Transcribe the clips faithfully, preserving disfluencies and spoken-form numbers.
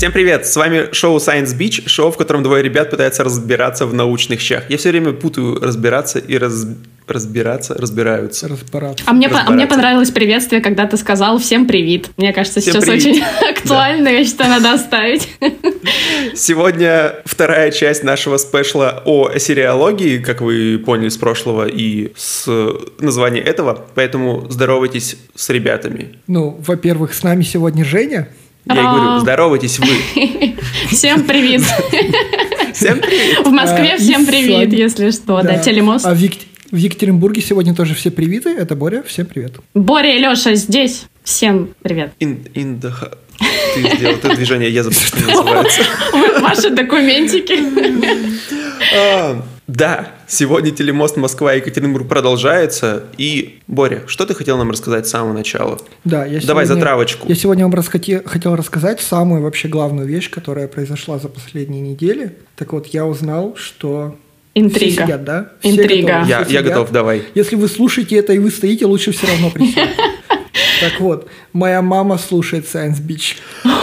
Всем привет! С вами шоу Science Beach, шоу, в котором двое ребят пытаются разбираться в научных щах. Я все время путаю разбираться и раз... разбираться, разбираются. Разбираться. А мне, по... а мне понравилось приветствие, когда ты сказал «всем привет». Мне кажется, всем сейчас привет. Очень актуально, да. Я считаю, надо оставить. Сегодня вторая часть нашего спешла о сериологии, как вы поняли с прошлого и с названия этого, поэтому здоровайтесь с ребятами. Ну, во-первых, с нами сегодня Женя. Я и говорю, здоровайтесь вы. Всем привет. Всем привет. В Москве всем привет, если что. Да, Телемост. А в Екатеринбурге сегодня тоже все привиты. Это Боря, всем привет. Боря и Леша здесь. Всем привет. In, in the... Ты сделал это движение, я забыл, что называется. Ваши документики. А, да, сегодня Телемост Москва и Екатеринбург продолжается. И, Боря, что ты хотел нам рассказать с самого начала? Да, я Давай сегодня, затравочку. Я сегодня вам расхоти, хотел рассказать самую вообще главную вещь, которая произошла за последние недели. Так вот, я узнал, что... Интрига. Все сидят, да? Все Интрига. готовы, Я, я готов, давай. Если вы слушаете это и вы стоите, лучше все равно прийти. Так вот, моя мама слушает Science Beach.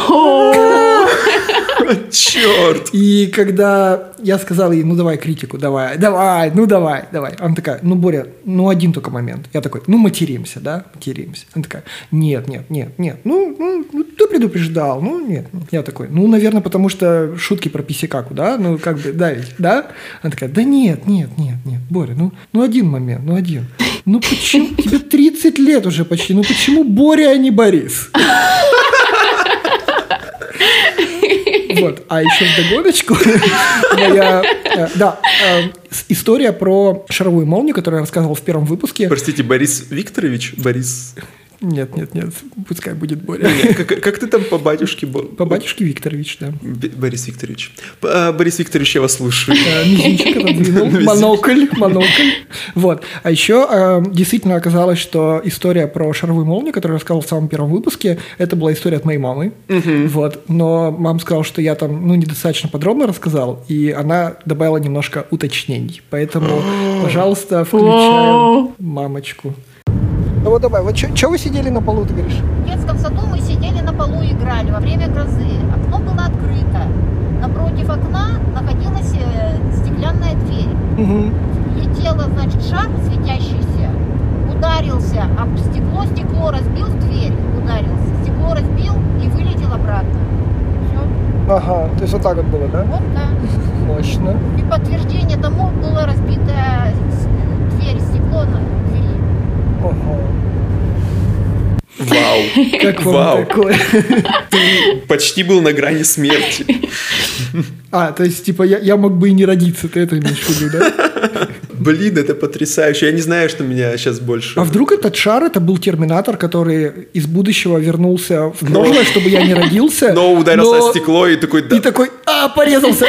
Черт! И когда я сказал ей, ну давай критику, давай, давай, ну давай, давай. Она такая, ну, Боря, ну один только момент. Я такой, ну материмся, да, материмся. Она такая, нет, нет, нет, нет, ну, ну, ну ты предупреждал, ну нет. Я такой, ну, наверное, потому что шутки про писикаку, да, ну как бы, да ведь, да? Она такая, да нет, нет, нет, нет, Боря, ну, ну один момент, ну один. Ну почему, тебе тридцать лет уже почти, ну почему Боря, а не Борис? Вот. А еще вдогоночку моя, э, да, э, история про шаровую молнию, которую я рассказывал в первом выпуске. Простите, Борис Викторович? Борис... Нет, нет, нет, пускай будет Боря. Нет, как, как ты там по батюшке? По батюшке Викторович, да. Б- Борис Викторович. А, Борис Викторович, я вас слушаю. Мизинчик отодвинул, монокль, монокль. Вот. А еще э, действительно оказалось, что история про шаровую молнию, которую я рассказывал в самом первом выпуске, это была история от моей мамы. Угу. Вот. Но мама сказала, что я там ну, недостаточно подробно рассказал, и она добавила немножко уточнений. Поэтому, пожалуйста, включаем мамочку. Ну вот давай, вот что вы сидели на полу, ты говоришь? В детском саду мы сидели на полу и играли во время грозы. Окно было открыто. Напротив окна находилась стеклянная дверь. Угу. Летела, значит, шар светящийся, ударился об стекло, стекло разбил в дверь, ударился. Стекло разбил и вылетел обратно. Все. Ага, то есть вот так вот было, да? Вот, да. Мощно. И подтверждение тому было разбитая дверь, стекло на двери. Ага. Вау. Как вам Вау. такое? Ты почти был на грани смерти. А, то есть, типа, я, я мог бы и не родиться, ты это имеешь в виду, да? Блин, это потрясающе. Я не знаю, что меня сейчас больше... А вдруг этот шар, это был терминатор, который из будущего вернулся в прошлое, чтобы я не родился? Но ударился о стекло и такой... И такой, а, порезался!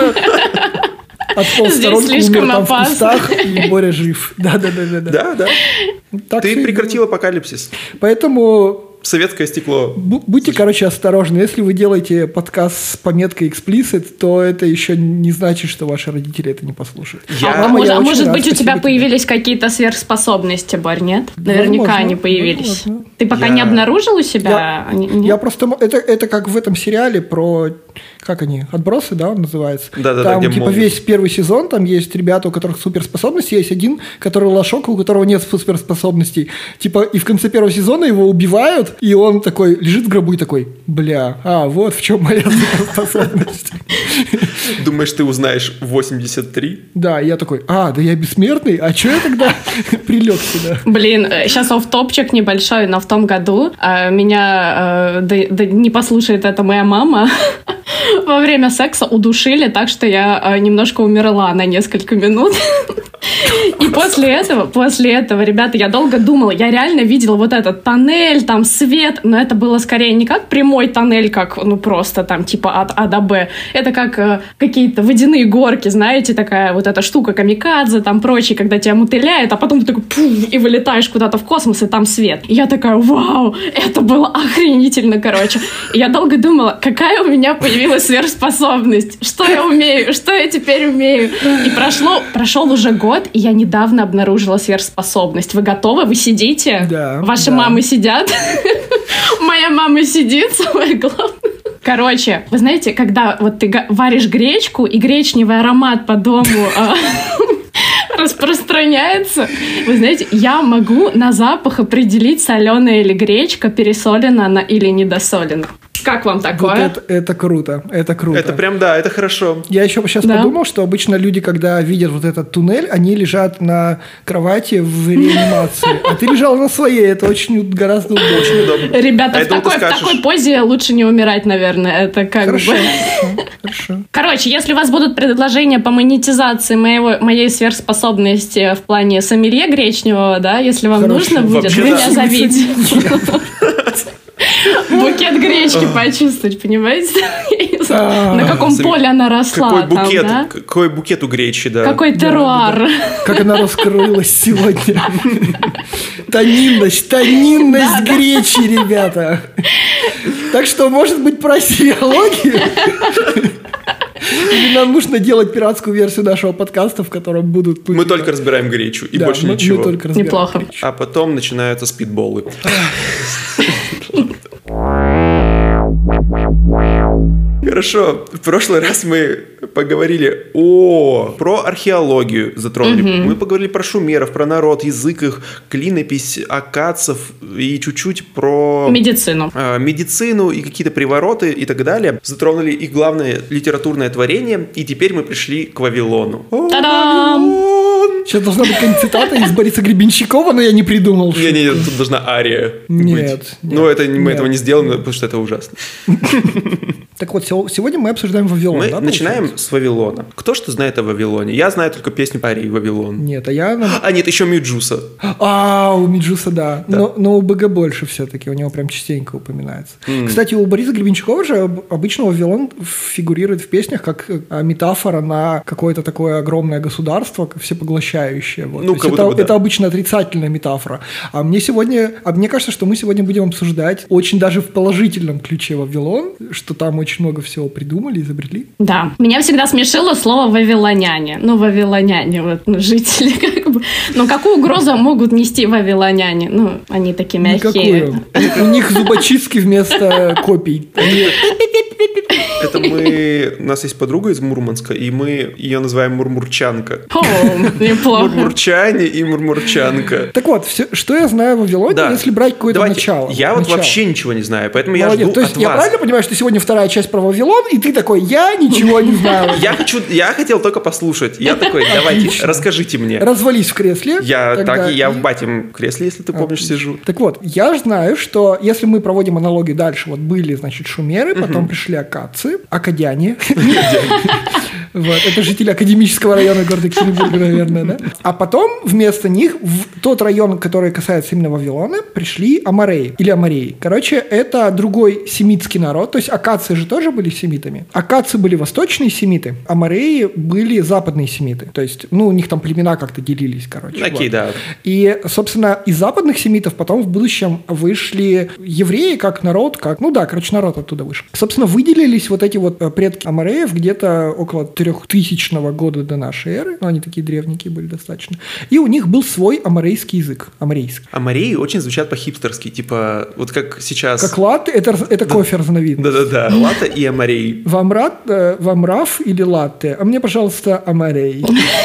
Отполз в сторонку, умер там в кустах, и Боря жив. Да-да-да. Да, да. Ты прекратил апокалипсис. Поэтому... Советское стекло. Будьте, короче, осторожны. Если вы делаете подкаст с пометкой explicit, то это еще не значит, что ваши родители это не послушают. Я... А, может, а может быть, у тебя появились тебе. какие-то сверхспособности, Борь, нет? Наверняка возможно, они появились. Возможно. Ты пока я... не обнаружил у себя? Я, я просто... Это, это как в этом сериале про... Как они? Отбросы, да, он называется? Да-да-да. Там, типа, могут. весь первый сезон, там есть ребята, у которых суперспособности, есть один, который лошок, у которого нет суперспособностей. Типа, и в конце первого сезона его убивают, и он такой лежит в гробу и такой, бля, а, вот в чем моя суперспособность. Думаешь, ты узнаешь восемьдесят три? Да, я такой, а, да я бессмертный, а что я тогда прилег сюда? Блин, сейчас офф-топчик небольшой, но в том году меня, да, да не послушает это моя мама, во время секса удушили, так что я немножко умерла на несколько минут. И после этого, после этого, ребята, я долго думала, я реально видела вот этот тоннель, там свет, но это было скорее не как прямой тоннель, как, ну, просто там типа от А до Б. Это как э, какие-то водяные горки, знаете, такая вот эта штука камикадзе, там прочее, когда тебя мотыляет, а потом ты такой пуф, и вылетаешь куда-то в космос, и там свет. И я такая, вау, это было охренительно, короче. И я долго думала, какая у меня появилась сверхспособность, что я умею, что я теперь умею. И прошло, прошел уже год, и я недавно обнаружила сверхспособность. Вы готовы? Вы сидите? Да. Ваши да. мамы сидят? Моя мама сидит, самое главное. Короче, вы знаете, когда вот ты варишь гречку, и гречневый аромат по дому распространяется, вы знаете, я могу на запах определить, соленая или гречка, пересолена она или недосолена. Как вам такое? Вот это, это круто, это круто. Это прям, да, это хорошо. Я еще сейчас да. подумал, что обычно люди, когда видят вот этот туннель, они лежат на кровати в реанимации. А ты лежал на своей, это очень гораздо удобнее. Очень удобно. Ребята, а в, такой, в такой позе лучше не умирать, наверное. Это как хорошо, бы... Хорошо, хорошо. Короче, если у вас будут предложения по монетизации моего, моей сверхспособности в плане сомелье гречневого, да, если вам хорошо. нужно будет, Вообще, меня да. зовите. Букет гречки почувствовать, понимаете? На каком поле она росла. Какой букет, там, да? какой букет у гречи, да. Какой теруар. Да, да, да. Как она раскрылась сегодня. Тонинность, тонинность гречи, ребята. Так что, может быть, про сериологию? Или нам нужно делать пиратскую версию нашего подкаста, в котором будут... Мы только разбираем гречу, и да, больше мы, ничего. Мы только разбираем Неплохо. гречу. А потом начинаются спидболы. Хорошо, в прошлый раз мы поговорили о про археологию, затронули. Mm-hmm. Мы поговорили про шумеров, про народ, язык их, клинопись аккадцев и чуть-чуть про медицину, э, медицину и какие-то привороты и так далее. Затронули их главное литературное творение, и теперь мы пришли к Вавилону. Та-дам! Сейчас должна быть какая-нибудь цитата из Бориса Гребенщикова, но я не придумал. Не-не, тут должна ария нет, быть. Нет. Но это, мы нет. этого не сделаем, потому что это ужасно. Так вот, сегодня мы обсуждаем Вавилон. Мы да, начинаем получается? с Вавилона. Кто что знает о Вавилоне? Я знаю только песню Арии «Вавилон». Нет, а я... А нет, еще Меджуса. А, у Меджуса, да. да. Но, но у БГ больше все-таки, у него прям частенько упоминается. Mm. Кстати, у Бориса Гребенщикова же обычно Вавилон фигурирует в песнях как метафора на какое-то такое огромное государство, всепоглощающее. Вот. Ну, как будто это, бы, да. это обычно отрицательная метафора. А мне сегодня, а мне кажется, что мы сегодня будем обсуждать очень даже в положительном ключе Вавилон, что там очень много всего придумали, изобрели. Да. Меня всегда смешило слово «вавилоняне». Ну, вавилоняне, вот, ну, жители как бы. Но какую угрозу могут нести вавилоняне? Ну, они такие мягкие. Никакую. У них зубочистки вместо копий. Это мы... У нас есть подруга из Мурманска, и мы ее называем Мурмурчанка. О, неплохо. Мурмурчане и Мурмурчанка. Так вот, все, что я знаю о Вавилоне, да. если брать какое-то Давайте. начало. Я вот начало. вообще ничего не знаю, поэтому Молодец. я жду То есть от я вас. правильно понимаю, что сегодня вторая часть про Вавилон, и ты такой, я ничего не знаю. Я хочу, я хотел только послушать. Я такой, давайте, Отлично. расскажите мне. Развались в кресле. Я тогда так, я и- в батем кресле, если ты помнишь, Отлично. сижу. Так вот, я знаю, что если мы проводим аналогию дальше, вот были, значит, шумеры, потом пришли аккадцы, акадяне. Вот, это жители академического района города Екатеринбурга, наверное, да? А потом вместо них в тот район, который касается именно Вавилона, пришли амореи или амореи. Короче, это другой семитский народ. То есть аккадцы же тоже были семитами. Аккадцы были восточные семиты, амореи были западные семиты. То есть, ну, у них там племена как-то делились, короче. Окей, вот. да. И, собственно, из западных семитов потом в будущем вышли евреи как народ, как, ну да, короче, народ оттуда вышел. Собственно, выделились вот эти вот предки амореев где-то около трехтысячного года до нашей эры. Ну, они такие древненькие были достаточно. И у них был свой аморейский язык. Аморейский. Амореи очень звучат по-хипстерски, типа, вот как сейчас... Как латте, это, это кофе разновидность. Да-да-да, латте и амореи. Вам, рад, э, вам раф или латте? А мне, пожалуйста, аморей.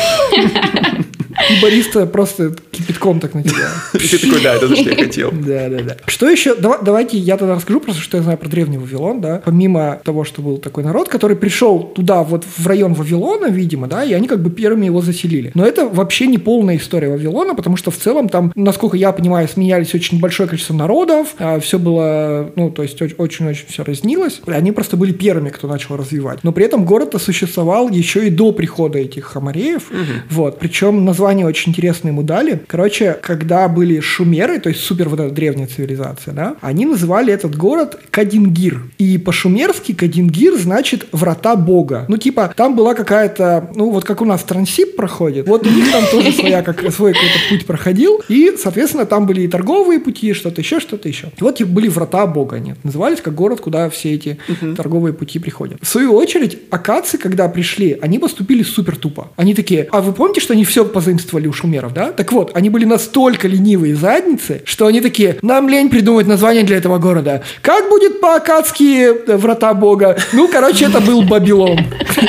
И бариста просто кипятком так на тебя. И ты такой, да, это то, что я хотел. Да, да, да. Что еще? Давай, давайте я тогда расскажу просто, что я знаю про древний Вавилон, да. Помимо того, что был такой народ, который пришел туда, вот в район Вавилона, видимо, да, и они как бы первыми его заселили. Но это вообще не полная история Вавилона, потому что в целом там, насколько я понимаю, сменялись очень большое количество народов, а все было, ну, то есть очень-очень все разнилось. И они просто были первыми, кто начал развивать. Но при этом город-то существовал еще и до прихода этих амореев. Угу. Вот. Причем название очень интересное ему дали. Короче, когда были шумеры, то есть супер вот эта древняя цивилизация, да, они называли этот город Кадингир. И по-шумерски Кадингир значит «врата Бога». Ну, типа, там была какая-то, ну, вот как у нас Трансип проходит, вот у них там тоже своя, как, свой какой-то путь проходил. И, соответственно, там были и торговые пути, что-то еще, что-то еще. И вот типа, были «врата Бога», нет. Назывались как город, куда все эти uh-huh. торговые пути приходят. В свою очередь, аккадцы, когда пришли, они поступили супер тупо. Они такие, а вы помните, что они все позаимствовали присутствовали у шумеров, да? Так вот, они были настолько ленивые задницы, что они такие, нам лень придумать название для этого города. Как будет по-аккадски врата бога? Ну, короче, это был Бабилон.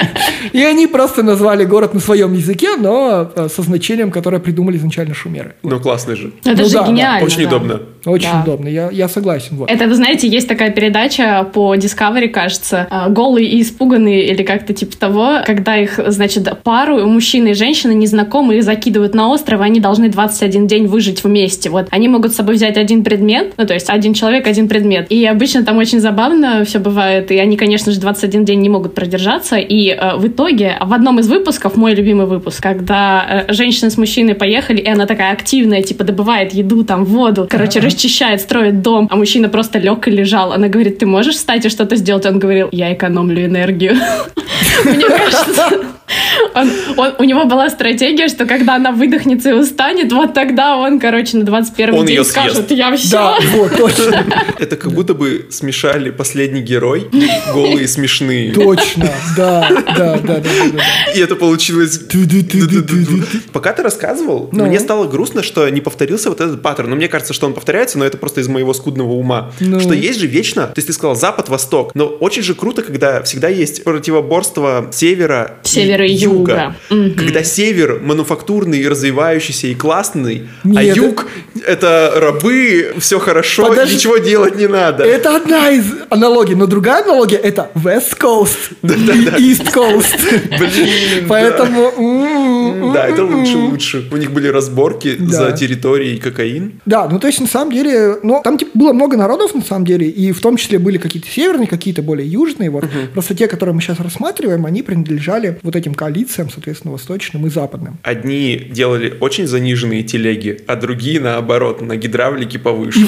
И они просто назвали город на своем языке, но со значением, которое придумали изначально шумеры. Ну, классный же. Это ну, же да, гениально. Да. Очень да. удобно. Очень Да. удобно, я, я согласен. Вот. Это, вы знаете, есть такая передача по Discovery, кажется, «Голые и испуганные» или как-то типа того, когда их, значит, пару, мужчины и женщины незнакомые закидывают на остров, и они должны двадцать один день выжить вместе. Вот. Они могут с собой взять один предмет, ну, то есть один человек, один предмет. И обычно там очень забавно все бывает, и они, конечно же, двадцать один день не могут продержаться, и э, в итоге в одном из выпусков, мой любимый выпуск, когда э, женщина с мужчиной поехали, и она такая активная, типа добывает еду, там, воду, короче, расчищает, строит дом, а мужчина просто лег и лежал. Она говорит, ты можешь встать и что-то сделать? Он говорил, я экономлю энергию. Мне кажется, он, он, у него была стратегия, что когда она выдохнется и устанет, вот тогда он, короче, на двадцать первый Он день ее скажет, съест. я все. Да, вот, точно. Это как будто бы смешали последний герой и голые и смешные. Точно, да, да, да, да, да. И это получилось... Ту-ду-ту-ду-ду-ду. Пока ты рассказывал, Ну. мне стало грустно, что не повторился вот этот паттерн. Но мне кажется, что он повторяется, но это просто из моего скудного ума. Ну. Что есть же вечно, то есть ты сказал Запад-Восток, но очень же круто, когда всегда есть противоборство севера, Севера и юга. Мгм. Когда север мануфактурный, развивающийся и классный, а Нет, юг это рабы, все хорошо, Подожди. ничего делать не надо. Это одна из аналогий, но другая аналогия это West Coast и East Coast. Блин, Поэтому... м-м-м. Да, это лучше, лучше. У них были разборки Да. за территорией кокаин. Да, ну то есть на самом деле, ну там типа было много народов на самом деле, и в том числе были какие-то северные, какие-то более южные. Вот просто те, которые мы сейчас рассматриваем, они принадлежали вот этим коалициям, соответственно, восточным и западным. Одни делали очень заниженные телеги, а другие, наоборот, на гидравлике повыше.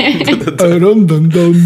Рон-дон-дон.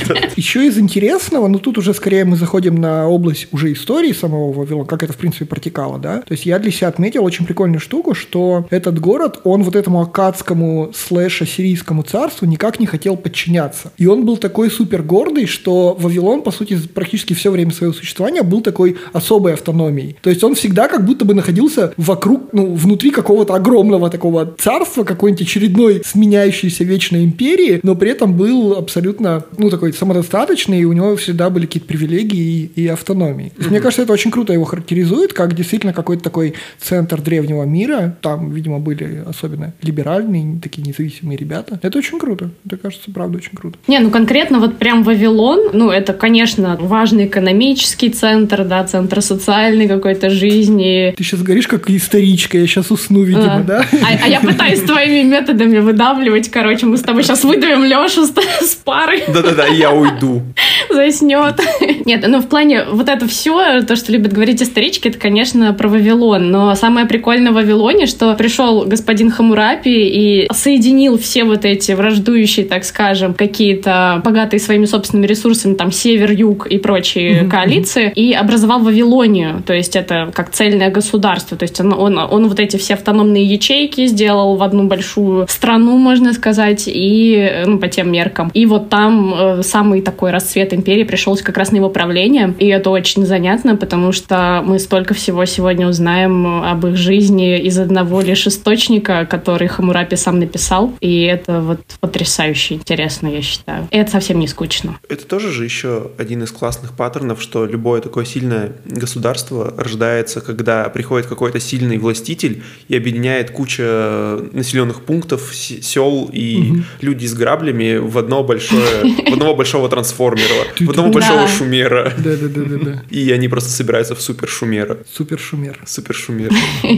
Еще из интересного, ну тут уже скорее мы заходим на область уже истории самого Вавилона, как это в принципе протекало, да. То есть я для себя отметил очень прикольную штуку, что этот город, он вот этому аккадскому слэш-ассирийскому царству никак не хотел подчиняться. И он был такой супер гордый, что Вавилон, по сути, практически все время своего существования был такой особой автономией. То есть он всегда как будто бы находился вокруг, ну, внутри какого-то огромного такого царства, какой-нибудь очередной сменяющейся вечной империи, но при этом был абсолютно, ну, такой самодостаточный, и у него всегда были какие-то привилегии и, и автономии. То есть, мне кажется, это очень круто его характеризует, как действительно какой-то такой центр древнего мира. Там, видимо, были особенно либеральные, такие независимые ребята. Это очень круто. Это, кажется, правда, очень круто. Не, ну конкретно вот прям Вавилон, ну это, конечно, важный экономический центр, да, центр социальной какой-то жизни. Ты сейчас говоришь, как историчка, я сейчас усну, видимо, А. да? А, а я пытаюсь твоими методами выдавливать, короче, мы с тобой сейчас выдавим Лешу с, с пары, Да-да-да, я уйду. заснет. Нет, ну в плане вот это все, то, что любят говорить исторички, это, конечно, про Вавилон. Но самое прикольное в Вавилоне, что пришел господин Хаммурапи и соединил все вот эти враждующие, так скажем, какие-то богатые своими собственными ресурсами, там, север, юг и прочие коалиции, и образовал Вавилонию. То есть это как цельное государство. То есть он, он, он вот эти все автономные ячейки сделал в одну большую страну, можно сказать, и, ну, по тем меркам. И вот там э, самый такой расцвет империи пришелся как раз на его правление. И это очень занятно, потому что мы столько всего сегодня узнаем об их жизни из одного лишь источника, который Хаммурапи сам написал. И это вот потрясающе интересно, я считаю. И это совсем не скучно. Это тоже же еще один из классных паттернов, что любое такое сильное государство рождается, когда приходит какой-то сильный властитель и объединяет куча населенных пунктов, с- сел и Мгм. люди с граблями в одно большое, в одного большого трансформера, в одного Да. большого шумера. Да-да-да-да. И они просто собираются в супер шумера. Супер шумер. Супер шумер.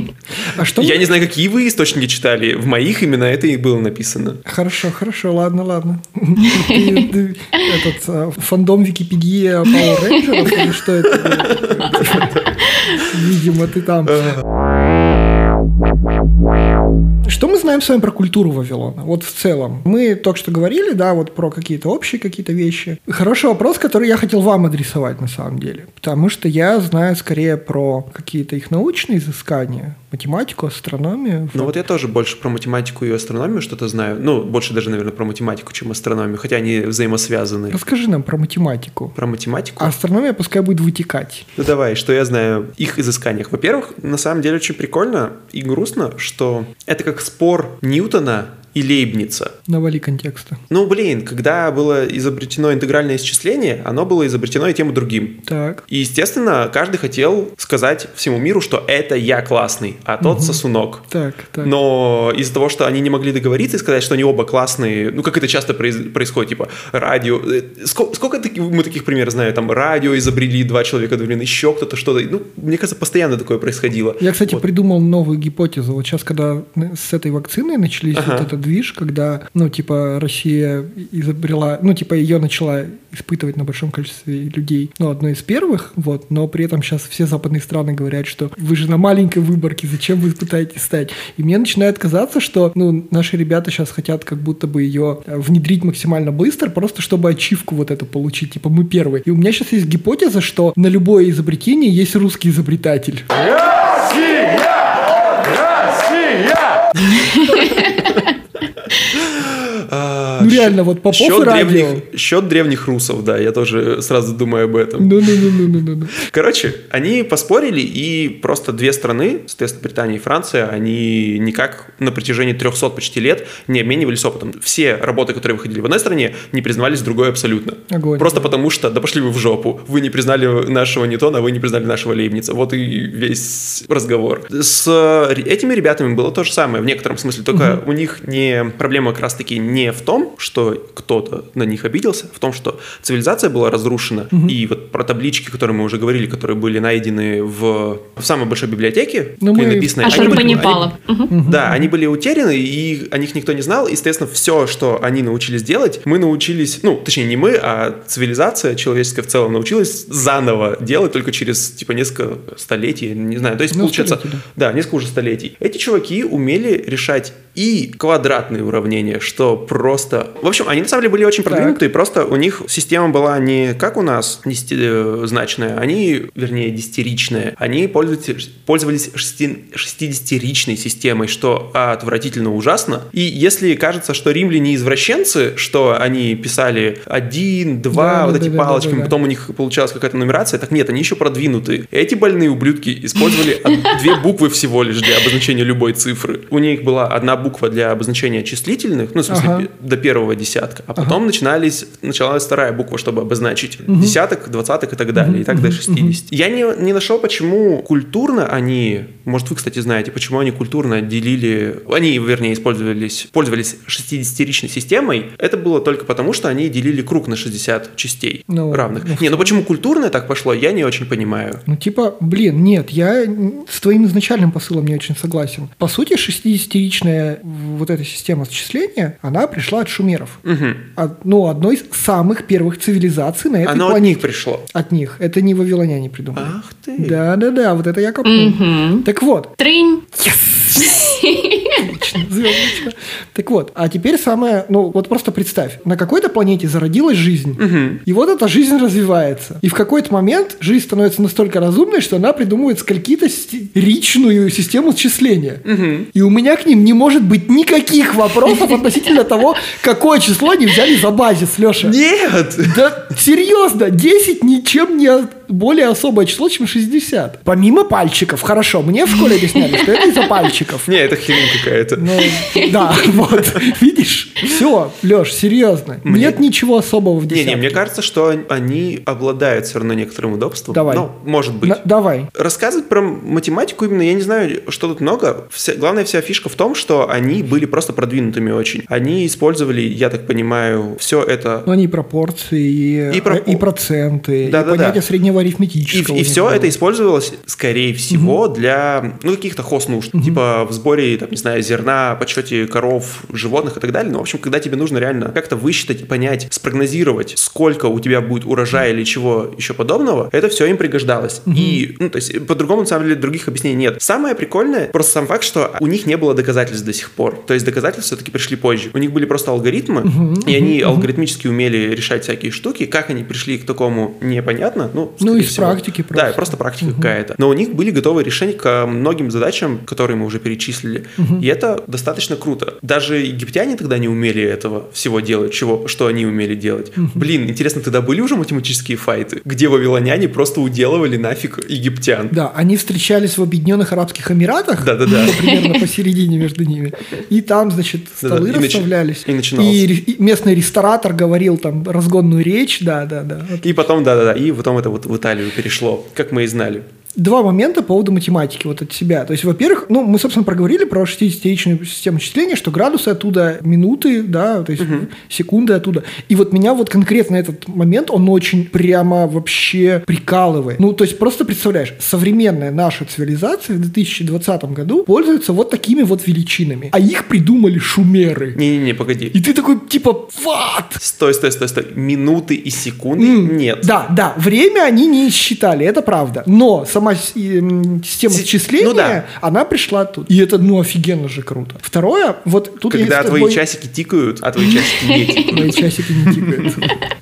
А что? Я не знаю, какие вы источники читали. В моих именно это и было написано. Хорошо, хорошо, ладно, ладно. Ты- ты Этот а, фандом Википедия Power Rangers или что это? Видимо, ты там. Э, Что мы знаем с вами про культуру Вавилона? Вот в целом. Мы только что говорили, да, вот про какие-то общие какие-то вещи. Хороший вопрос, который я хотел вам адресовать на самом деле. Потому что я знаю скорее про какие-то их научные изыскания, математику, астрономию. Ну вот я тоже больше про математику и астрономию что-то знаю. Ну, больше даже, наверное, про математику, чем астрономию, хотя они взаимосвязаны. Расскажи нам про математику. Про математику? А астрономия пускай будет вытекать. Ну давай, что я знаю о их изысканиях. Во-первых, на самом деле очень прикольно и грустно, что это как спор Ньютона и Лейбница. Навали контекста. Ну, блин, когда было изобретено интегральное исчисление, оно было изобретено и тем и другим. Так. И, естественно, каждый хотел сказать всему миру, что это я классный, а тот угу. сосунок. Так, так. Но из-за того, что они не могли договориться и сказать, что они оба классные, ну, как это часто произ- происходит, типа, радио... Сколько, сколько таки, мы таких примеров знаем? Там, радио изобрели два человека одновременно, еще кто-то, что-то. Ну, мне кажется, постоянно такое происходило. Я, кстати, вот. придумал новую гипотезу. Вот сейчас, когда с этой вакциной начались ага. вот этот движ, когда, ну, типа, Россия изобрела, ну, типа, ее начала испытывать на большом количестве людей, ну, одной из первых, вот, но при этом сейчас все западные страны говорят, что вы же на маленькой выборке, зачем вы пытаетесь стать? И мне начинает казаться, что, ну, наши ребята сейчас хотят как будто бы ее внедрить максимально быстро, просто чтобы ачивку вот эту получить, типа, мы первые. И у меня сейчас есть гипотеза, что на любое изобретение есть русский изобретатель. Россия! Россия! Ну реально, вот Попов счет и радио. Древних, счет древних русов, да, я тоже сразу думаю об этом. Ну-ну-ну-ну-ну-ну. Короче, они поспорили, и просто две страны, соответственно, Британия и Франция, они никак на протяжении трехсот почти лет не обменивались опытом. Все работы, которые выходили в одной стране, не признавались в другой абсолютно. Огонь, просто да. потому что, да пошли вы в жопу, вы не признали нашего Ньютона, вы не признали нашего Лейбница. Вот и весь разговор. С этими ребятами было то же самое в некотором смысле, только угу. у них не проблема как раз-таки не в том, что кто-то на них обиделся, в том, что цивилизация была разрушена, угу. и вот про таблички, которые мы уже говорили, которые были найдены в, в самой большой библиотеке, мы... клинописные, Ашурбанипала. Угу. Да, они были утеряны, и о них никто не знал, и, естественно, все, что они научились делать, мы научились, ну, точнее, не мы, а цивилизация человеческая в целом научилась заново делать только через, типа, несколько столетий, не знаю, то есть, ну, получается, столетий, да. да, несколько уже столетий. Эти чуваки умели решать и квадратные уравнения, что просто... В общем, они на самом деле были очень продвинутые, так. Просто у них система была не как у нас, десятизначная, они, вернее, десятиричная. Они пользовались, пользовались шестидесятиричной системой, что отвратительно ужасно. И если кажется, что римляне извращенцы, что они писали один, два, да, вот да, эти да, палочками, да, да, да. потом у них получалась какая-то нумерация, так нет, они еще продвинутые. Эти больные ублюдки использовали две буквы всего лишь для обозначения любой цифры. У них была одна буква для обозначения числительных, ну, в смысле, ага. до первого десятка, а потом ага. начинались, началась вторая буква, чтобы обозначить угу. десяток, двадцаток и так далее, угу. и так до шестидесяти. Угу. Я не, не нашел, почему культурно они, может, вы, кстати, знаете, почему они культурно делили, они, вернее, использовались, пользовались шестидесятиричной системой, это было только потому, что они делили круг на шестьдесят частей ну, равных. Ну, не, ну почему культурно так пошло, я не очень понимаю. Ну, типа, блин, нет, я с твоим изначальным посылом не очень согласен. По сути, шестидесятиричная вот эта система счисления, она пришла от шумеров. Угу. От, ну, одной из самых первых цивилизаций на этой Оно планете. от них пришло? От них. Это не вавилоняне придумали. Ах ты. Да-да-да, вот это я копнул. Угу. Так вот. Тринь. Звездочка. Так вот, а теперь самое, ну вот просто представь, на какой-то планете зародилась жизнь, угу. и вот эта жизнь развивается. И в какой-то момент жизнь становится настолько разумной, что она придумывает скольки-то ричную систему счисления. Угу. И у меня к ним не может быть никаких вопросов относительно того, какое число они взяли за базис, Леша. Нет! Да серьезно, десять ничем не более особое число, чем шестьдесят. Помимо пальчиков, хорошо, мне в школе объясняли, что это из-за пальчиков. Не, это хрень какая-то. Ну, да, вот, видишь? Все, Леш, серьезно, мне... нет ничего особого в десятке. Не-не, мне кажется, что они обладают все равно некоторым удобством. Давай. Ну, может быть. На- давай. Рассказывать про математику именно, я не знаю, что тут много. Вся, главная вся фишка в том, что они были просто продвинутыми очень. Они использовали, я так понимаю, все это... Ну, они и пропорции, и, и, про... и проценты, да, и да, понятие да. среднего арифметического. И, и все было. Это использовалось, скорее всего, угу. для ну, каких-то хознужд. Угу. Типа в сборе, там, не знаю, зерна, подсчете коров, животных и так далее. Ну, в общем, общем, когда тебе нужно реально как-то высчитать, понять, спрогнозировать, сколько у тебя будет урожая или чего еще подобного, это все им пригождалось. Угу. И, ну, то есть, по-другому, на самом деле, других объяснений нет. Самое прикольное, просто сам факт, что у них не было доказательств до сих пор. То есть, доказательства все-таки пришли позже. У них были просто алгоритмы, угу, и они угу. алгоритмически умели решать всякие штуки. Как они пришли к такому, непонятно. Ну, ну из всего. практики просто. Да, просто практика угу. какая-то. Но у них были готовые решения к многим задачам, которые мы уже перечислили. Угу. И это достаточно круто. Даже египтяне тогда не умели этого всего делать, чего, что они умели делать. Угу. Блин, интересно, тогда были уже математические файты, где вавилоняне просто уделывали нафиг египтян. Да, они встречались в Объединенных Арабских Эмиратах, да-да-да, примерно посередине между ними. И там, значит, столы да-да. расставлялись. И, начиналось. И, и местный ресторатор говорил там разгонную речь, да-да-да. И потом, да-да-да, и потом это вот в Италию перешло, как мы и знали. Два момента по поводу математики вот от себя. То есть, во-первых, ну, мы, собственно, проговорили про шестидесятиячную систему счисления, что градусы оттуда, минуты, да, то есть угу. секунды оттуда. И вот меня вот конкретно этот момент, он очень прямо вообще прикалывает. Ну, то есть, просто представляешь, современная наша цивилизация в две тысячи двадцатом году пользуется вот такими вот величинами, а их придумали шумеры. Не-не-не, погоди. И ты такой, типа, what? Стой, стой, стой, стой. Минуты и секунды? Mm. Нет. Да, да, время они не считали, это правда. Но сама система счисления, ну, да. она пришла тут. И это, ну, офигенно же круто. Второе, вот тут когда есть твои тобой... часики тикают, а твои часики не тикают. Твои часики не тикают.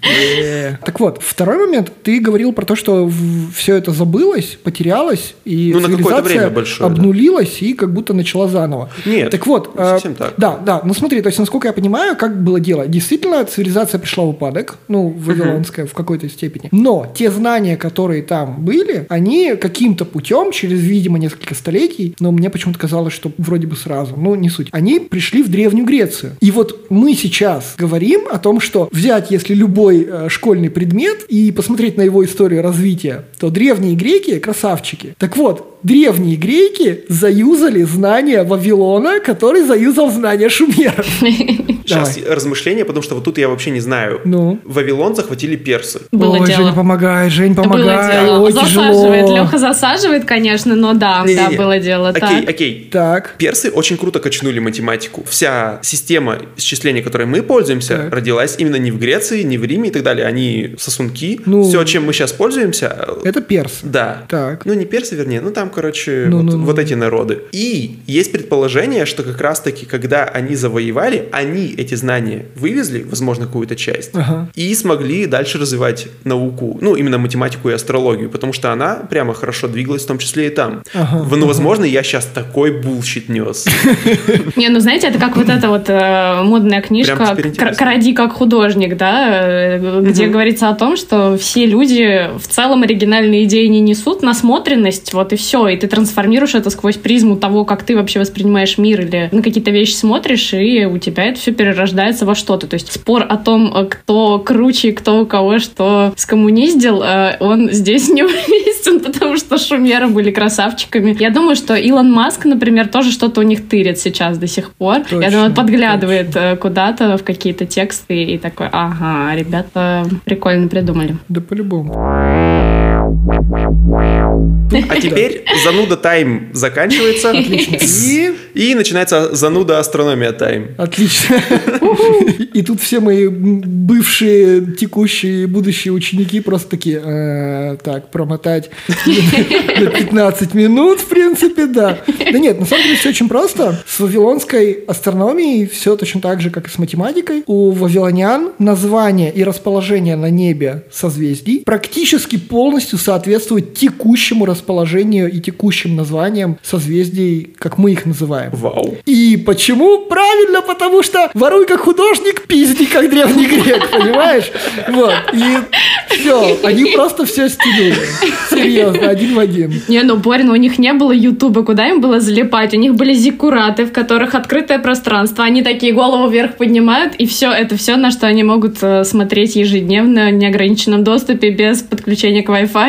Так вот, второй момент. Ты говорил про то, что все это забылось, потерялось, и цивилизация обнулилась и как будто начала заново. Нет, так вот, не совсем так. Да, да. Ну смотри, то есть, насколько я понимаю, как было дело. Действительно, цивилизация пришла в упадок, ну, вавилонская в какой-то степени. Но те знания, которые там были, они каким-то путем, через, видимо, несколько столетий, но мне почему-то казалось, что вроде бы сразу, но не суть, они пришли в Древнюю Грецию. И вот мы сейчас говорим о том, что взять, если любой э, школьный предмет и посмотреть на его историю развития, то древние греки – красавчики. Так вот, древние греки заюзали знания Вавилона, который заюзал знания шумеров. Сейчас размышления, потому что вот тут я вообще не знаю. Ну? Вавилон захватили персы. Было Ой, дело. Женя, помогай, Жень, помогай. Ой, тяжело. засаживает. Леха засаживает, конечно, но да, не, да, не, не. было дело. Окей, так. окей. Так. Персы очень круто качнули математику. Вся система счисления, которой мы пользуемся, так. родилась именно не в Греции, не в Риме и так далее. Они сосунки. Ну, все, чем мы сейчас пользуемся... Это персы. Да. Так. Ну, не персы, вернее. Ну, там, короче, ну, вот, ну, вот ну. эти народы. И есть предположение, что как раз-таки, когда они завоевали, они эти знания вывезли, возможно, какую-то часть, ага. и смогли дальше развивать науку, ну, именно математику и астрологию, потому что она прямо хорошо двигалась, в том числе и там. Ага, ну, возможно, ага. я сейчас такой булщит нес. Не, ну, знаете, это как вот эта вот модная книжка «Кради как художник», да, где говорится о том, что все люди в целом оригинальные идеи не несут, насмотренность, вот и все, и ты трансформируешь это сквозь призму того, как ты вообще воспринимаешь мир или на какие-то вещи смотришь, и у тебя это все перерождается во что-то. То есть спор о том, кто круче, кто у кого что скоммуниздил, он здесь не уместен, потому что шумеры были красавчиками. Я думаю, что Илон Маск, например, тоже что-то у них тырит сейчас до сих пор. Точно, я думаю, он подглядывает точно. Куда-то в какие-то тексты и такой, ага, ребята прикольно придумали. Да по-любому. А теперь зануда тайм заканчивается. Отлично. И... и начинается зануда астрономия тайм. Отлично. И тут все мои бывшие, текущие, будущие ученики просто такие, э, так, промотать на пятнадцать минут, в принципе, да. Да нет, на самом деле все очень просто. С вавилонской астрономией все точно так же, как и с математикой. У вавилонян название и расположение на небе созвездий практически полностью соответствует текущему расположению и текущим названиям созвездий, как мы их называем. Вау. И почему? Правильно, потому что воруй как художник, пизди как древний грек, понимаешь? Вот. И все, они просто все стянули. Серьезно, один в один. Не, ну, Борин, у них не было Ютуба, куда им было залипать? У них были зиккураты, в которых открытое пространство. Они такие голову вверх поднимают, и все, это все, на что они могут смотреть ежедневно в неограниченном доступе без подключения к Wi-Fi.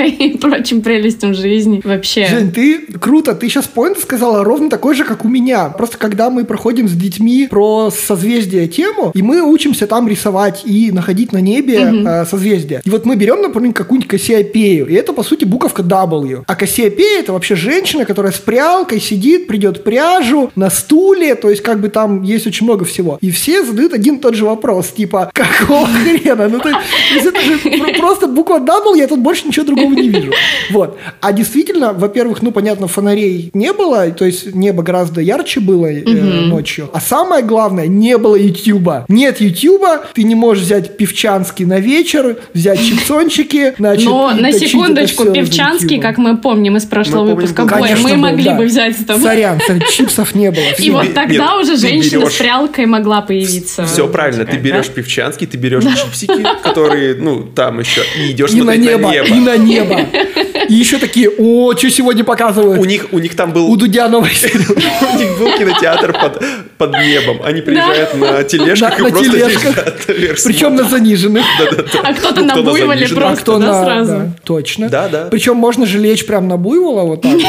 и прочим прелестям жизни. Вообще. Жень, ты круто, ты сейчас поинт сказала ровно такой же, как у меня. Просто когда мы проходим с детьми про созвездие тему, и мы учимся там рисовать и находить на небе mm-hmm. э, созвездия. И вот мы берем, например, какую-нибудь Кассиопею, и это, по сути, буковка W. А Кассиопея — это вообще женщина, которая с прялкой сидит, придет пряжу, на стуле, то есть как бы там есть очень много всего. И все задают один и тот же вопрос, типа, какого хрена? Ну, то есть это же просто буква W, я тут больше ничего другого не вижу. Вот. А действительно, во-первых, ну, понятно, фонарей не было, то есть небо гораздо ярче было э, mm-hmm. ночью. А самое главное, не было Ютуба. Нет Ютуба, ты не можешь взять Певчанский на вечер, взять чипсончики, значит, но на секундочку, Певчанский, как мы помним из прошлого мы выпуска, помним, конечно, мы могли да. бы взять с тобой. Сорян, чипсов не было. И вот тогда уже женщина с прялкой могла появиться. Все правильно, ты берешь Певчанский, ты берешь чипсики, которые, ну, там еще, и идешь на небо. И на небо. И еще такие, о, что сегодня показывают? У них, у них там был... У Дудя новый сериал. У них был кинотеатр под, под небом. Они приезжают на тележках и просто езжат вверх. Причем на заниженных. А кто-то на буйволе просто, да, сразу? Точно. Да, да. Причем можно же лечь прям на буйвола вот так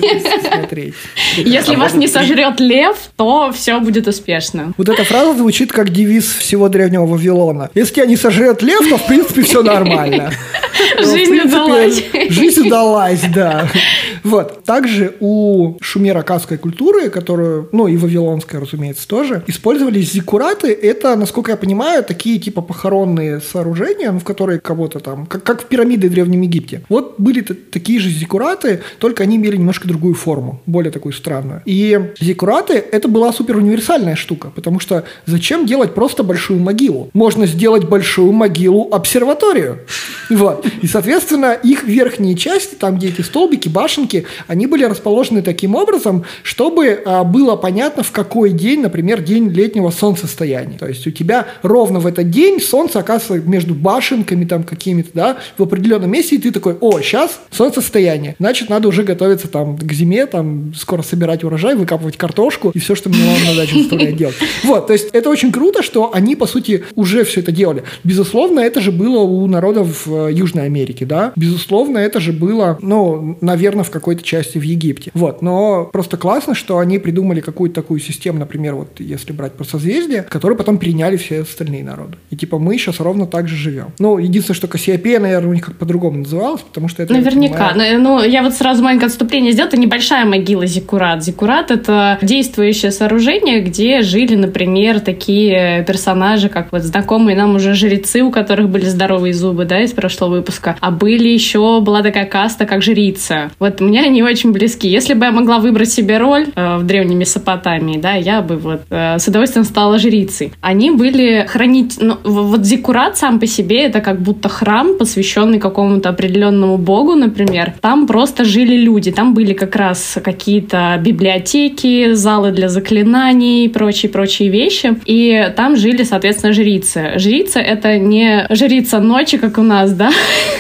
и смотреть. Если вас не сожрет лев, то все будет успешно. Вот эта фраза звучит как девиз всего древнего Вавилона. Если тебя не сожрет лев, то в принципе все нормально. Жизнь удалась. Жизнь удалась, да. Вот. Также у шумеро-аккадской культуры, которую, ну и вавилонской, разумеется, тоже, использовались зиккураты. Это, насколько я понимаю, такие типа похоронные сооружения, ну, в которые кого-то там, как, как в пирамиды в Древнем Египте. Вот были такие же зиккураты, только они имели немножко другую форму, более такую странную. И зиккураты — это была супер универсальная штука, потому что зачем делать просто большую могилу? Можно сделать большую могилу-обсерваторию. Вот. И, соответственно, их верхние части, там, где эти столбики, башенки, они были расположены таким образом, чтобы а, было понятно, в какой день, например, день летнего солнцестояния. То есть у тебя ровно в этот день солнце оказывается между башенками там какими-то, да, в определенном месте, и ты такой, о, сейчас солнцестояние, значит, надо уже готовиться там к зиме, там, скоро собирать урожай, выкапывать картошку и все, что мне мама на даче заставляет делать. Вот, то есть это очень круто, что они, по сути, уже все это делали. Безусловно, это же было у народов Южной Америки, да, безусловно, это же было, ну, наверное, в какой-то части в Египте. Вот, но просто классно, что они придумали какую-то такую систему, например, вот если брать про созвездие, которую потом переняли все остальные народы. И типа мы сейчас ровно так же живем. Ну, единственное, что Кассиопея, наверное, у них как по-другому называлась, потому что это... Наверняка. Понимаю... Ну, я вот сразу маленькое отступление сделала. Это небольшая могила зиккурат. Зиккурат — это действующее сооружение, где жили, например, такие персонажи, как вот знакомые нам уже жрецы, у которых были здоровые зубы, да, из прошлого выпуска. А были еще, была такая каста, как жрица. Вот мне они очень близки. Если бы я могла выбрать себе роль э, в древней Месопотамии, да, я бы вот э, с удовольствием стала жрицей. Они были хранить... Ну, вот зиккурат сам по себе — это как будто храм, посвященный какому-то определенному богу, например. Там просто жили люди. Там были как раз какие-то библиотеки, залы для заклинаний и прочие-прочие вещи. И там жили, соответственно, жрицы. Жрица — это не жрица ночи, как у нас, да?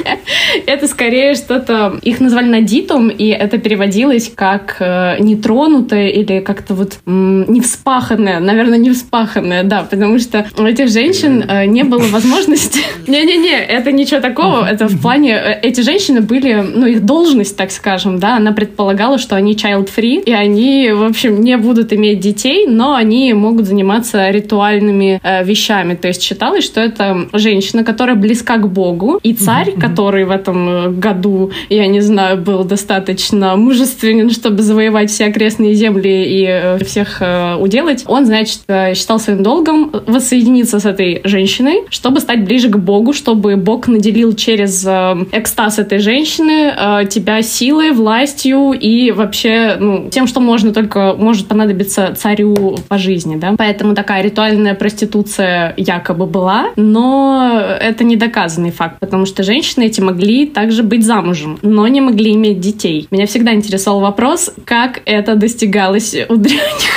Это скорее что-то... Их назвали надитум, и это переводилось как э, нетронутое или как-то вот м, невспаханное. Наверное, невспаханное, да, потому что у этих женщин э, не было возможности... Не-не-не, это ничего такого. Это в плане... Эти женщины были... Ну, их должность, так скажем, да, она предполагала, что они child-free, и они, в общем, не будут иметь детей, но они могут заниматься ритуальными э, вещами. То есть считалось, что это женщина, которая близка к Богу, и царь, который в этом году, я не знаю, был достаточно мужественен, чтобы завоевать все окрестные земли и э, всех э, уделать, он, значит, э, считал своим долгом воссоединиться с этой женщиной, чтобы стать ближе к Богу, чтобы Бог наделил через э, экстаз этой женщины э, тебя силой, властью и вообще, ну, тем, что можно только может понадобиться царю по жизни, да. Поэтому такая ритуальная проституция якобы была, но это не доказанный факт, потому что женщины эти могли также быть замужем, но не могли иметь детей. Меня всегда интересовал вопрос, как это достигалось у древних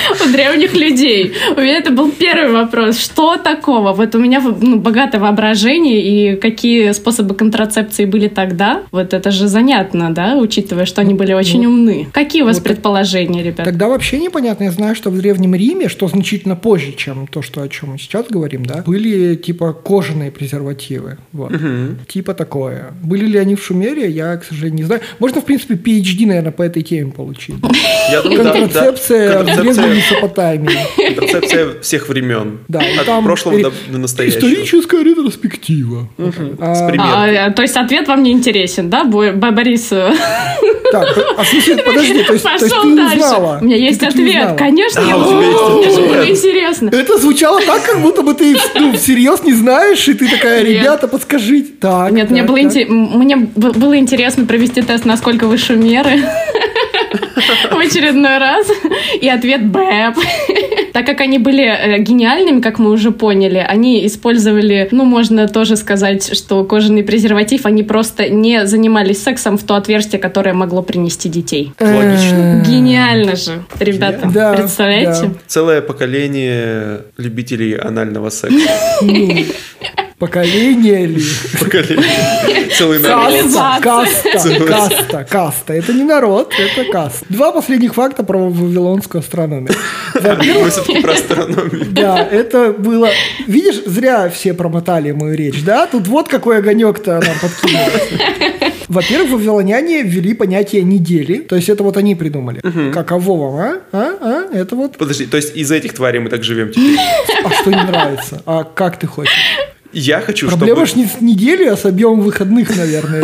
у древних людей. У меня это был первый вопрос. Что такого? Вот у меня ну, богатое воображение, и какие способы контрацепции были тогда. Вот это же занятно, да, учитывая, что они были очень умны. Какие у вас вот предположения, ребят? Тогда вообще непонятно. Я знаю, что в Древнем Риме, что значительно позже, чем то, что, о чем мы сейчас говорим, да, были типа кожаные презервативы. Вот. Угу. Типа такое. Были ли они в Шумере, я, к сожалению, не знаю. Можно, в принципе, пи эйч ди, наверное, по этой теме получить. Я думаю, контрацепция в Древней Месопотамии. Контрацепция всех времен. Да, от прошлого до, до настоящего. Историческая ретроспектива. Угу. А, С примером. А, то есть ответ вам не интересен, да, Борис? Так, а слушай, подожди, то есть, то есть ты дальше. узнала? У меня есть ответ, конечно, я было интересно. Это звучало так, как будто бы ты ну, всерьез не знаешь, и ты такая, ребята, подскажите. Так, Нет, так, мне, было так. инте... мне было интересно провести тест, насколько вы шумеры в очередной раз, и ответ Б. Так как они были гениальными, как мы уже поняли, они использовали, ну, можно тоже сказать, что кожаный презерватив, они просто не занимались сексом в то отверстие, которое могло принести детей. Логично. Гениально же, ребята, Да, представляете? да. Целое поколение любителей анального секса. Ну, поколение ли? Поколение. Целый народ. Каста, каста, каста, каста. Это не народ, это каста. Два последних факта про вавилонскую астрономию. Мы все-таки про астрономию. Да, это было... Видишь, зря все промотали мою речь, да? Тут вот какой огонек-то нам подкинулся. Во-первых, вавилоняне ввели понятие недели. То есть это вот они придумали. Угу. Каково вам, а? А? А? Это вот... Подожди, то есть из-за этих тварей мы так живем теперь? А что не нравится? А как ты хочешь? Я хочу, Проблема чтобы... ж не с неделей, а с объемом выходных, наверное.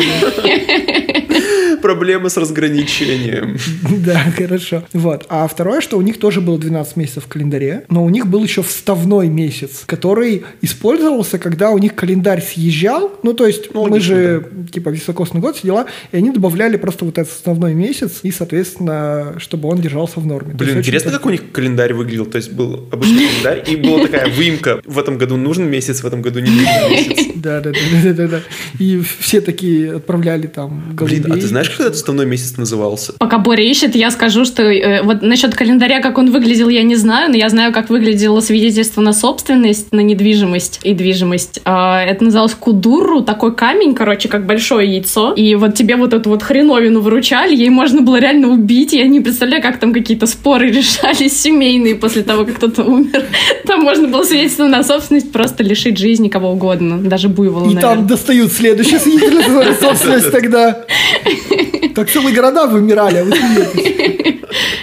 Проблема с разграничением. Да, хорошо. Вот. А второе, что у них тоже было двенадцать месяцев в календаре, но у них был еще вставной месяц, который использовался, когда у них календарь съезжал. Ну, то есть ну, мы логично, же, да. типа, високосный год, все дела, и они добавляли просто вот этот основной месяц, и, соответственно, чтобы он держался в норме. Блин, интересно, как у них календарь выглядел. То есть был обычный календарь, и была такая выемка. В этом году нужен месяц, в этом году не нужен месяц. Да, да, да, да, да. И все такие отправляли там голубей. Блин, а ты знаешь, как этот основной месяц назывался? Пока Боря ищет, я скажу, что э, вот насчет календаря, как он выглядел, я не знаю, но я знаю, как выглядело свидетельство на собственность, на недвижимость и движимость. Э, это называлось кудурру, такой камень, короче, как большое яйцо. И вот тебе вот эту вот хреновину выручали, ей можно было реально убить. Я не представляю, как там какие-то споры решались семейные после того, как кто-то умер. Там можно было свидетельство на собственность просто лишить жизни кого угодно, даже буйвола, И там достают следующее свидетельство на собственность тогда. Так целые города вымирали, а вы смеетесь.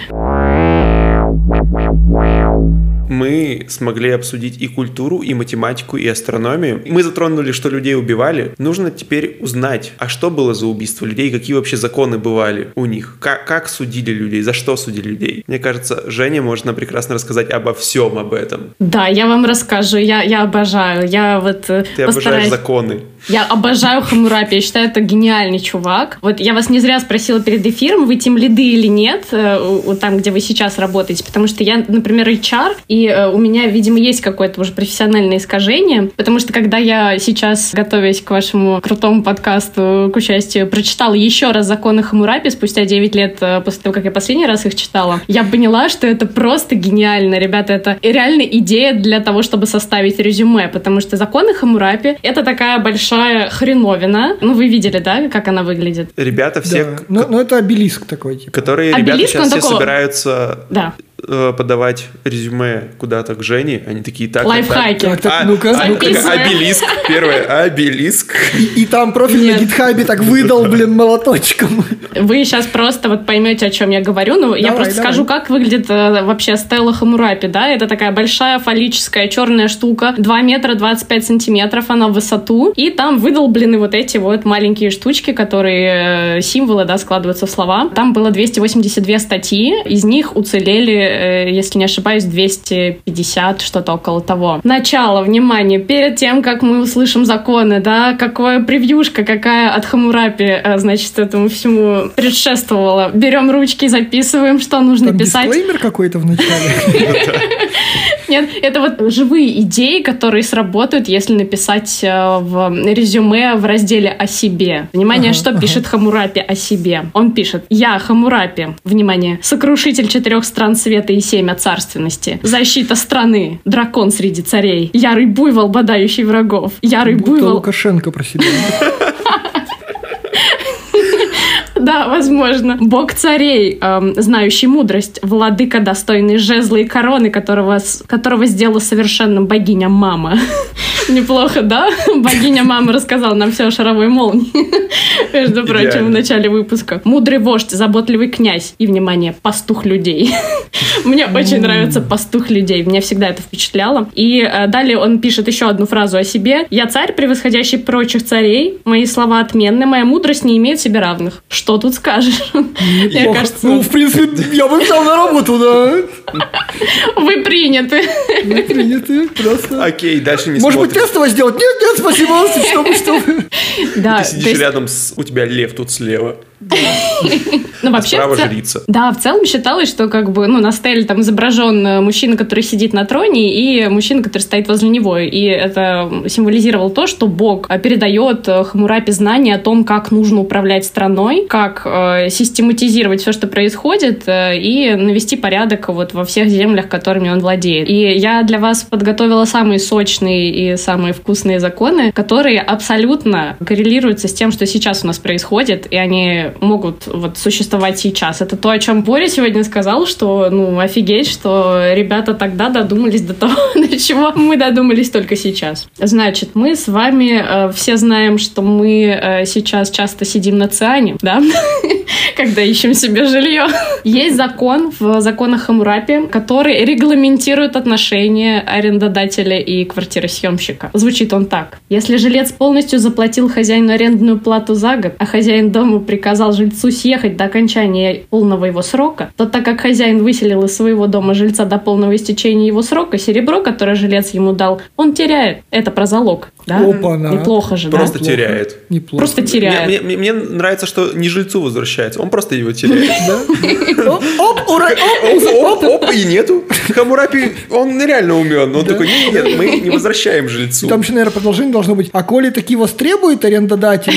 Мы смогли обсудить и культуру, и математику, и астрономию. Мы затронули, что людей убивали. Нужно теперь узнать, а что было за убийство людей, какие вообще законы бывали у них, как, как судили людей, за что судили людей. Мне кажется, Женя может нам прекрасно рассказать обо всем об этом. Да, я вам расскажу, я, я обожаю. Я вот Ты постараюсь... обожаешь законы. Я обожаю Хаммурапи, я считаю, это гениальный чувак. Вот я вас не зря спросила перед эфиром, вы тимлиды или нет, там, где вы сейчас работаете, потому что я, например, эйч ар, и у меня, видимо, есть какое-то уже профессиональное искажение, потому что когда я сейчас, готовясь к вашему крутому подкасту, к участию, прочитала еще раз законы Хаммурапи спустя девять лет после того, как я последний раз их читала, я поняла, что это просто гениально, ребята, это реально идея для того, чтобы составить резюме, потому что законы Хаммурапи — это такая большая хреновина. Ну, вы видели, да, как она выглядит? Ребята все... Да. Ну, ну, это обелиск такой, типа. Которые Обелиск, ребята сейчас все такого... собираются... Да. подавать резюме куда-то к Жене, они такие, так, лайфхаки. Так, так, а, ну-ка, а, ну-ка. Обелиск, первое, обелиск. И, и там профиль Нет. на гитхабе так выдал, блин, молоточком. Вы сейчас просто вот поймете, о чем я говорю. Ну, я Давай, просто давай. скажу, как выглядит э, вообще стела Хаммурапи, да? Это такая большая фаллическая черная штука, два метра двадцать пять сантиметров она в высоту, и там выдолблены вот эти вот маленькие штучки, которые э, символы, да, складываются в слова. Там было двести восемьдесят две статьи, из них уцелели, э, если не ошибаюсь, двести пятьдесят, что-то около того. Начало, внимание, перед тем, как мы услышим законы, да, какое превьюшка, какая от Хаммурапи, э, значит, этому всему предшествовала. Берем ручки, записываем, что нужно Там писать. дисклеймер какой-то в начале. Нет, это вот живые идеи, которые сработают, если написать э, в резюме в разделе «О себе». Внимание, Ага, что ага. пишет Хаммурапи о себе. Он пишет: «Я, Хаммурапи, внимание, сокрушитель четырех стран света, света и семя царственности, защита страны, дракон среди царей, ярый буйвол, бодающий врагов, ярый Будто буйвол... Лукашенко про себя. Да, возможно. Бог царей, эм, знающий мудрость, владыка, достойный жезла и короны, которого, которого сделала совершенным богиня Мама. Неплохо, да? Богиня Мама рассказала нам все о шаровой молнии, между прочим, в начале выпуска. Мудрый вождь, заботливый князь и, внимание, пастух людей. Мне очень нравится пастух людей. Меня всегда это впечатляло. И э, далее он пишет еще одну фразу о себе. «Я царь, превосходящий прочих царей. Мои слова отменны. Моя мудрость не имеет себе равных». Что тут скажешь? Мне кажется... Ну, в принципе, я бы взял на работу, да. Вы приняты. Вы приняты, просто. Окей, дальше не Может смотрим. быть, тестово сделать? Нет, нет, спасибо. Чтобы, чтобы... Да, Ты сидишь то есть- рядом, с... у тебя лев тут слева. Ну, вообще, Справа в цел- жрица. Да, в целом считалось, что как бы, ну, на стеле там изображен э, мужчина, который сидит на троне, и мужчина, который стоит возле него. И это символизировало то, что Бог э, передает э, Хаммурапи знания о том, как нужно управлять страной, как э, систематизировать все, что происходит, э, и навести порядок вот во всех землях, которыми он владеет. И я для вас подготовила самые сочные и самые вкусные законы, которые абсолютно коррелируются с тем, что сейчас у нас происходит, и они могут вот существовать сейчас. Это то, о чем Боря сегодня сказал, что, ну, офигеть, что ребята тогда додумались до того, до чего мы додумались только сейчас. Значит, мы с вами э, все знаем, что мы э, сейчас часто сидим на циане, да, когда ищем себе жилье. Есть закон в законах Хаммурапи, который регламентирует отношения арендодателя и квартиросъемщика. Звучит он так. Если жилец полностью заплатил хозяину арендную плату за год, а хозяин дома приказал жильцу съехать до окончания полного его срока, то так как хозяин выселил из своего дома жильца до полного истечения его срока, серебро, которое жилец ему дал, он теряет. Это про залог. Да? Опа-на. Неплохо же, Просто да? теряет. Неплохо. Просто теряет. Мне, мне- мне нравится, что не жильцу возвращается, он просто его теряет. Да? Оп, оп, ура, оп, Оп, оп, оп, и нету. Хаммурапи, он реально умен. Он такой, нет, нет, мы не возвращаем жильцу. Там еще, наверное, продолжение должно быть. А коли таки востребует арендодатель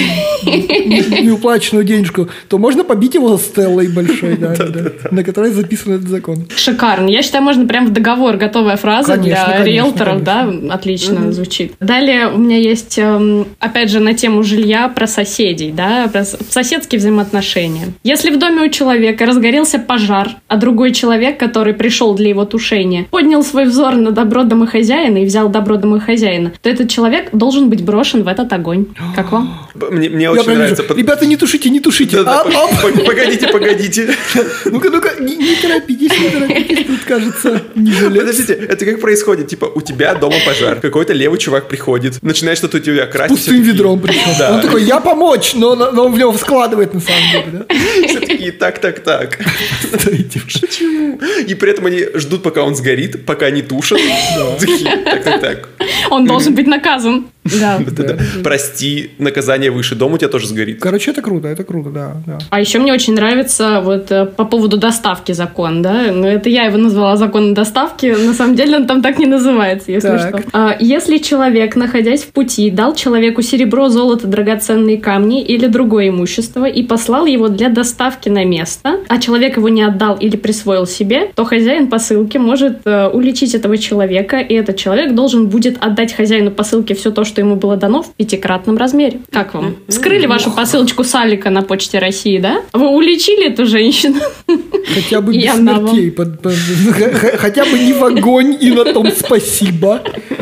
неуплаченную денежку, то можно побить его стеллой большой, да, да, на которой записан этот закон. Шикарно. Я считаю, можно прям в договор готовая фраза Конечно, для конечно, риэлторов, да, отлично звучит. Далее у меня есть, эм, опять же, на тему жилья про соседей, да, про с- соседские взаимоотношения. Если в доме у человека разгорелся пожар, а другой человек, который пришел для его тушения, поднял свой взор на добро домохозяина и взял добро домохозяина, то этот человек должен быть брошен в этот огонь. Как вам? Мне, мне Я очень прям нравится. вижу. Ребята, не тушите, не тушите. Да-да, Ап, ап. пог- Погодите, погодите. Ну-ка, ну-ка, не, не торопитесь, не торопитесь, тут кажется не жилец. Подождите, это как происходит? Типа, у тебя дома пожар, какой-то левый чувак приходит, начинает что-то у тебя красть. Пустым ведром причем. Да. Он такой, я помочь, но, но он в него складывает на самом деле, да? Все такие, так, так, так. Стоите. Почему? И при этом они ждут, пока он сгорит, пока они тушат. Такие, так, так, так. Он должен быть наказан. Да. Да-да. Прости, наказание выше, дом у тебя тоже сгорит. Короче, это круто, это круто, да, да. А еще мне очень нравится вот э, по поводу доставки закон, да, но это я его назвала закон доставки, на самом деле он там так не называется, если Так. что. А, если человек, находясь в пути, дал человеку серебро, золото, драгоценные камни или другое имущество и послал его для доставки на место, а человек его не отдал или присвоил себе, то хозяин посылки может э, уличить этого человека, и этот человек должен будет отдать хозяину посылки все то, что ему было дано в пятикратном размере. Как вам? Вскрыли вашу посылочку с Алика на Почте России, да? Вы уличили эту женщину? Хотя бы без Я на вам. смертей. под- под- х- Хотя бы не в огонь, и на том спасибо.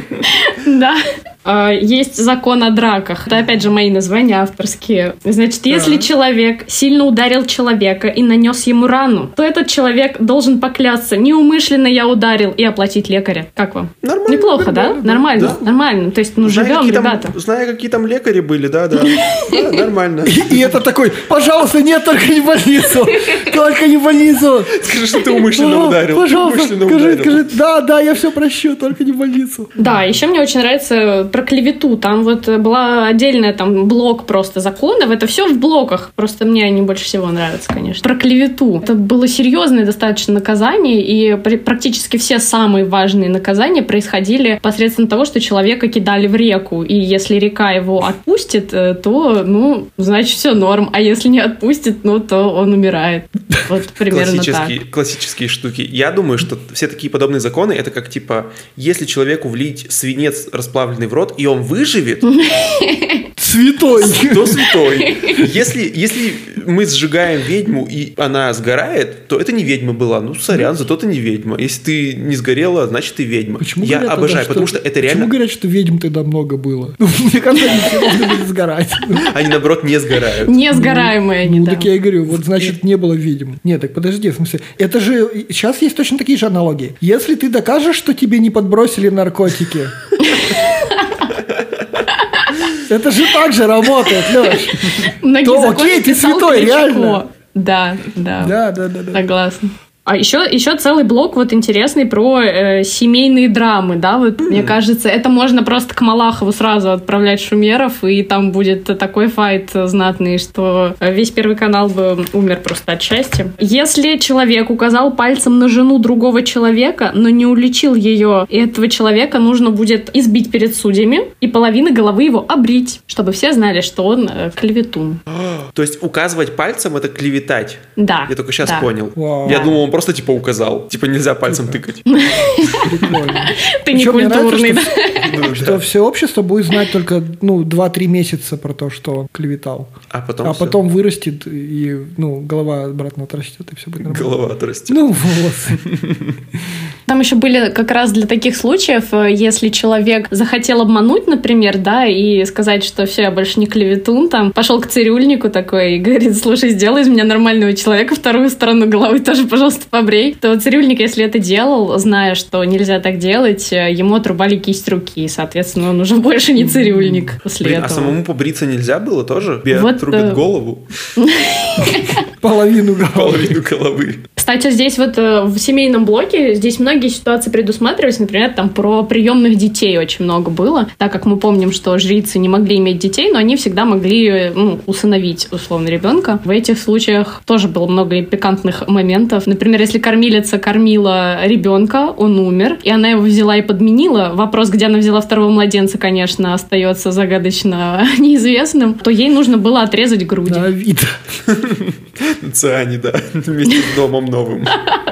Да. А, Есть закон о драках. Это, опять же, мои названия авторские. Значит, если человек сильно ударил человека и нанес ему рану, то этот человек должен поклясться: неумышленно я ударил, и оплатить лекаря. Как вам? Нормально, Неплохо, да? нормально, Нормально, нормально. То есть, ну, Зная, живем, какие там- ребята. Зная, какие там лекари были, да, да. Да, нормально. И это такой, пожалуйста, нет, только не в больницу. Только не в больницу. Скажи, что ты умышленно О, ударил. Пожалуйста, Умышленно скажи, ударил. скажи, да, да, я все прощу, только не в больницу. Да, еще мне очень нравится про клевету. Там вот была отдельная там блок просто законов. Это все в блоках. Просто мне они больше всего нравятся, конечно. Про клевету. Это было серьезное достаточно наказание, и практически все самые важные наказания происходили посредством того, что человека кидали в реку. И если река его отпустит, то, ну, значит, все норм. А если не отпустит, ну, то он умирает. Вот примерно классические, так. Классические штуки. Я думаю, что все такие подобные законы, это как, типа, если человеку влить свинец расплавленный в рот, и он выживет... Святой! То святой. Если, если мы сжигаем ведьму, и она сгорает, то это не ведьма была. Ну, сорян, зато ты не ведьма. Если ты не сгорела, значит, ты ведьма. Почему Я говорят обожаю, тогда, потому что, что это реально... Почему говорят, что ведьм тогда много было? Ну, мне кажется, они все должны были сгорать. Они, наоборот, не сгорают. Несгораемые они, Ну, да. так я и говорю, вот, значит, не было ведьм. Нет, так подожди, в смысле, это же... Сейчас есть точно такие же аналогии. Если ты докажешь, что тебе не подбросили наркотики... Это же так же работает, Леш. Многие То законы окей, ты писал святой, Кличко. реально. Да, да. Да, да, да, да. Согласна. А еще, еще целый блок вот интересный про э, семейные драмы, да, вот mm. мне кажется, это можно просто к Малахову сразу отправлять шумеров, и там будет такой файт знатный, что весь Первый канал бы умер просто от счастья. Если человек указал пальцем на жену другого человека, но не уличил ее, и этого человека нужно будет избить перед судьями и половину головы его обрить, чтобы все знали, что он э, клеветун. То есть указывать пальцем — это клеветать? Да. Я только сейчас да. понял. Вау. Я думал, он просто типа указал. Типа нельзя пальцем тыкать. Прикольно. Ты не Причем мне культурный, да? нравится, что, что все общество будет знать только ну, два-три месяца про то, что он клеветал. А потом А всё. потом вырастет, и ну, голова обратно отрастет, и все будет нормально. Голова отрастет. Ну, волосы. Там еще были как раз для таких случаев, если человек захотел обмануть, например, да, и сказать, что все, я больше не клеветун, там, пошел к цирюльнику такой и говорит, слушай, сделай из меня нормального человека, вторую сторону головы тоже, пожалуйста, побрей. То цирюльник, если это делал, зная, что нельзя так делать, ему отрубали кисть руки, соответственно, он уже больше не цирюльник после Блин, этого. а самому побриться нельзя было тоже? Тебе Вот, отрубят э, голову, Половину головы. половину головы. Кстати, здесь вот э, в семейном блоке здесь многие ситуации предусматривались, например, там про приемных детей очень много было, так как мы помним, что жрицы не могли иметь детей, но они всегда могли ну, усыновить условно ребенка. В этих случаях тоже было много пикантных моментов. Например, если кормилица кормила ребенка, он умер, и она его взяла и подменила. Вопрос, где она взяла второго младенца, конечно, остается загадочно неизвестным, то ей нужно было отрезать груди. На вид. Циане, да, вместе с домом новым.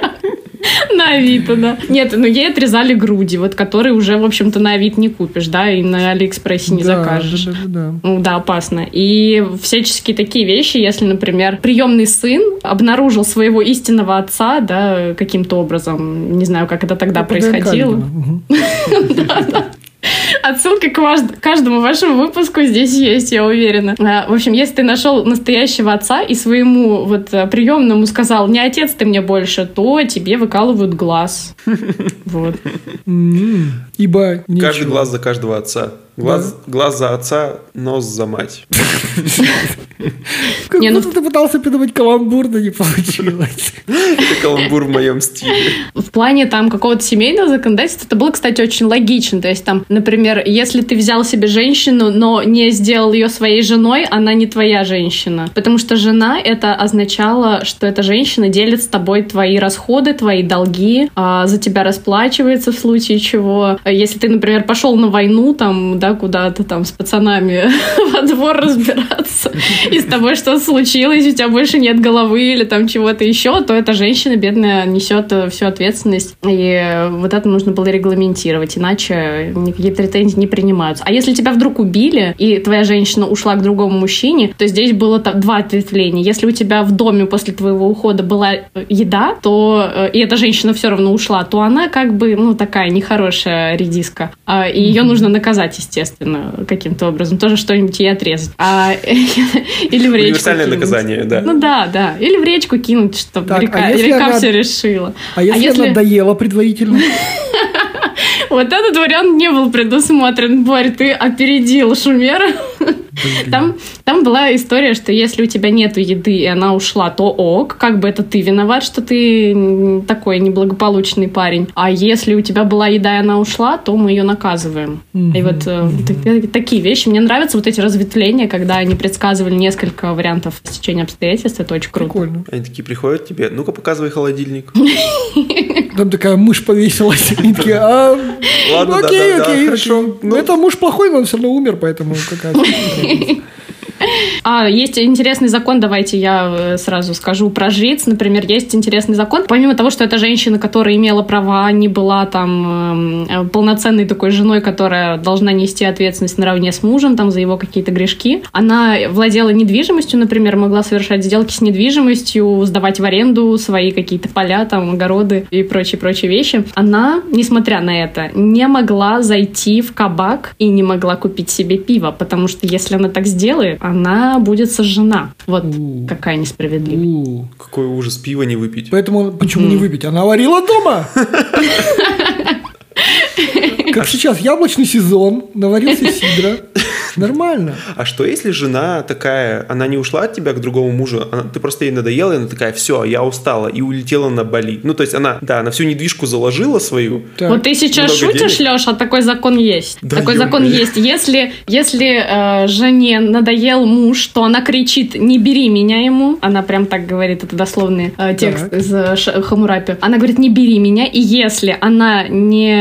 На Авито, да. Нет, ну ей отрезали груди, вот которые уже, в общем-то, на Авито не купишь, да, и на Алиэкспрессе не Да, закажешь. да, да, да. Ну да, опасно. И всяческие такие вещи, если, например, приемный сын обнаружил своего истинного отца, да, каким-то образом, не знаю, как это тогда Ну, по ДНК, происходило. видимо. Да, да. Отсылка к ваш- каждому вашему выпуску здесь есть, я уверена. А, В общем, если ты нашел настоящего отца и своему вот а, приемному сказал, не отец ты мне больше, то тебе выкалывают глаз. Вот. М, Ибо нечего. Каждый глаз за каждого отца. Глаз, глаз за отца, нос за мать. Как Не, ну- будто ты пытался придумать каламбур, но не получилось. Это каламбур в моем стиле. В плане там какого-то семейного законодательства это было, кстати, очень логично. То есть там, например, если ты взял себе женщину, но не сделал ее своей женой, она не твоя женщина. Потому что жена — это означало, что эта женщина делит с тобой твои расходы, твои долги, а, за тебя расплачивается в случае чего. Если ты, например, пошел на войну, там, да, куда-то там с пацанами во двор разбираться, и с тобой что-то случилось, у тебя больше нет головы или там чего-то еще, то эта женщина, бедная, несет всю ответственность. И вот это нужно было регламентировать, иначе никакие претензии не принимаются. А если тебя вдруг убили, и твоя женщина ушла к другому мужчине, то здесь было там два ответвления. Если у тебя в доме после твоего ухода была еда, то э, и эта женщина все равно ушла, то она как бы, ну, такая нехорошая редиска. А, и ее нужно наказать, естественно, каким-то образом. Тоже что-нибудь ей отрезать. А, или в речку Универсальное кинуть. наказание, да. Ну да, да. Или в речку кинуть, чтобы Так, река, а если река она- все решила. А если она доела предварительно? Вот этот вариант не был предусмотрен. Борь, ты опередил Шумера. Там, там была история, что если у тебя нету еды, и она ушла, то ок, как бы это ты виноват, что ты такой неблагополучный парень. А если у тебя была еда, и она ушла, то мы ее наказываем. Mm-hmm. И вот mm-hmm. такие вещи. Мне нравятся вот эти разветвления, когда они предсказывали несколько вариантов стечения обстоятельств. Это очень круто. Прикольно. Они такие приходят к тебе, ну-ка показывай холодильник. Там такая мышь повесилась. И такие, а... Ладно, окей, да, да, окей, да, хорошо. Ну, это муж плохой, но он все равно умер, поэтому какая-то... А, есть интересный закон, давайте я сразу скажу про жриц. Например, есть интересный закон. Помимо того, что это женщина, которая имела права, не была там э, полноценной такой женой, которая должна нести ответственность наравне с мужем там за его какие-то грешки, она владела недвижимостью, например, могла совершать сделки с недвижимостью, сдавать в аренду свои какие-то поля, там, огороды и прочие-прочие вещи. Она, несмотря на это, не могла зайти в кабак и не могла купить себе пиво, потому что если она так сделает, она будет сожжена. Вот У-у-у. Какая несправедливость. У-у-у. Какой ужас, пиво не выпить. Поэтому почему mm. не выпить? Она варила дома. Как сейчас, яблочный сезон, наварился сидра. Нормально. А что если жена такая, она не ушла от тебя к другому мужу, она, ты просто ей надоела, и она такая, все, я устала, и улетела на Бали. Ну, то есть она, да, она всю недвижку заложила свою. Так. Вот ты сейчас шутишь, денег. Леша, такой закон есть. Да такой закон моя. Есть. Если, если э, жене надоел муж, то она кричит, не бери меня ему. Она прям так говорит, это дословный э, текст так. из э, Хаммурапи. Она говорит, не бери меня. И если она не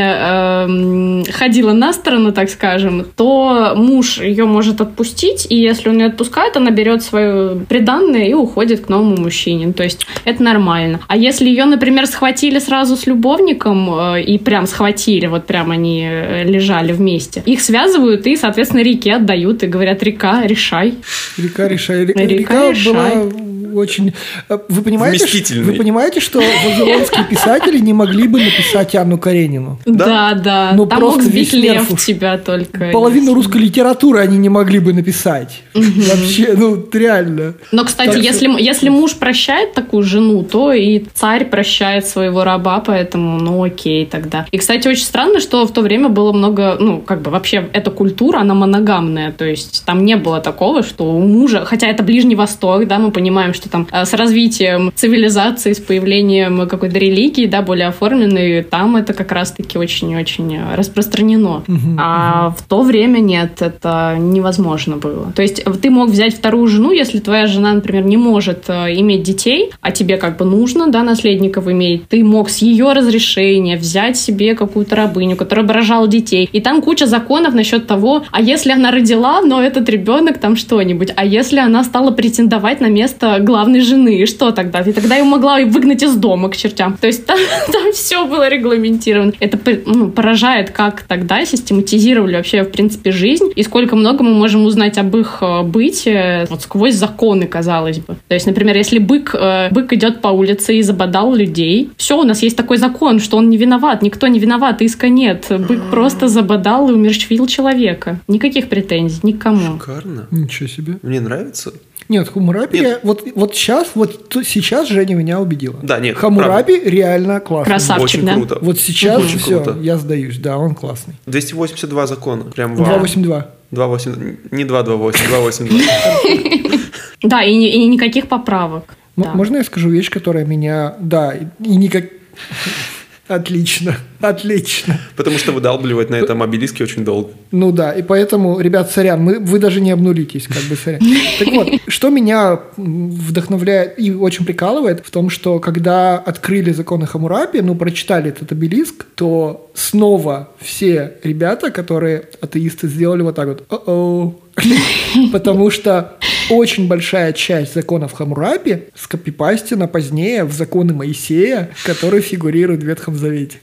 э, ходила на сторону, так скажем, то муж ее может отпустить, и если он ее отпускает, она берет свое приданное и уходит к новому мужчине. То есть это нормально. А если ее, например, схватили сразу с любовником, э, и прям схватили, вот прям они лежали вместе, их связывают и, соответственно, реке отдают и говорят, река, решай. Река, решай. Река, река, река была очень... Вы понимаете, вы понимаете, что вавилонские писатели не могли бы написать Анну Каренину? Да, да. Ну, там мог сбить лев тебя только. Половину русской литературы они не могли бы написать. Вообще, ну, реально. Но, кстати, если, если муж прощает такую жену, то и царь прощает своего раба, поэтому, ну, окей тогда. И, кстати, очень странно, что в то время было много, ну, как бы вообще эта культура, она моногамная, то есть там не было такого, что у мужа, хотя это Ближний Восток, да, мы понимаем, что там с развитием цивилизации, с появлением какой-то религии, да, более оформленной, там это как раз-таки очень-очень распространено. Uh-huh, а uh-huh. в то время нет, это невозможно было. То есть ты мог взять вторую жену, если твоя жена, например, не может иметь детей, а тебе как бы нужно, да, наследников иметь, ты мог с ее разрешения взять себе какую-то рабыню, которая бы рожала детей. И там куча законов насчет того, а если она родила, но этот ребенок там что-нибудь, а если она стала претендовать на место главной жены, что тогда? И тогда ее могла выгнать из дома к чертям. То есть там, там все было регламентировано. Это ну, поражает, как тогда систематизировали вообще, в принципе, жизнь, и сколько много мы можем узнать об их быте вот сквозь законы, казалось бы. То есть, например, если бык, бык идет по улице и забодал людей, все, у нас есть такой закон, что он не виноват, никто не виноват, иска нет. Бык просто забодал и умерщвил человека. Никаких претензий, никому. Шикарно. Ничего себе. Мне нравится. Нет, Хаммурапи, вот, вот сейчас, вот сейчас Женя меня убедила. Да, нет, Хаммурапи правда. Реально классный. Красавчик, очень да? Круто. Вот сейчас очень все, круто. Я сдаюсь, да, он классный. двести восемьдесят два закона, прям вау. двести восемьдесят два. двести восемьдесят, не двести двадцать восемь, двести восемьдесят два. Да, и никаких поправок. Можно я скажу вещь, которая меня, да, и никак... Отлично, отлично. Потому что выдалбливать на этом обелиске очень долго. Ну да, и поэтому, ребят, сорян, мы, вы даже не обнулитесь, как бы сорян. Так вот, что меня вдохновляет и очень прикалывает в том, что когда открыли законы Хаммурапи, ну, прочитали этот обелиск, то снова все ребята, которые атеисты, сделали вот так вот. О-о. Потому что очень большая часть законов Хаммурапи скопипастена позднее в законы Моисея, которые фигурируют в Ветхом Завете.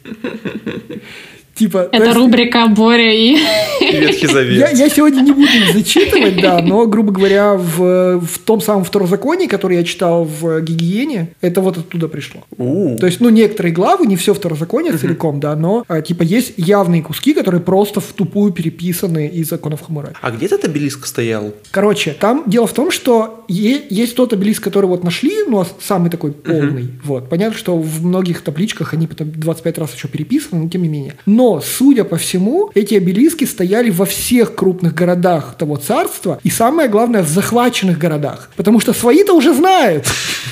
Типа, это есть, рубрика Боря и... Ветхий Завет. Я, я сегодня не буду их зачитывать, да, но, грубо говоря, в, в том самом Второзаконии, который я читал в Гигиене, это вот оттуда пришло. У-у. То есть, ну, некоторые главы, не все Второзаконие uh-huh. целиком, да, но, а, типа, есть явные куски, которые просто в тупую переписаны из законов Хаммурапи. А где этот обелиск стоял? Короче, там дело в том, что е- есть тот обелиск, который вот нашли, ну, самый такой полный, uh-huh. вот. Понятно, что в многих табличках они потом двадцать пять раз еще переписаны, но тем не менее. Но Но, судя по всему, эти обелиски стояли во всех крупных городах того царства, и самое главное, в захваченных городах. Потому что свои-то уже знают.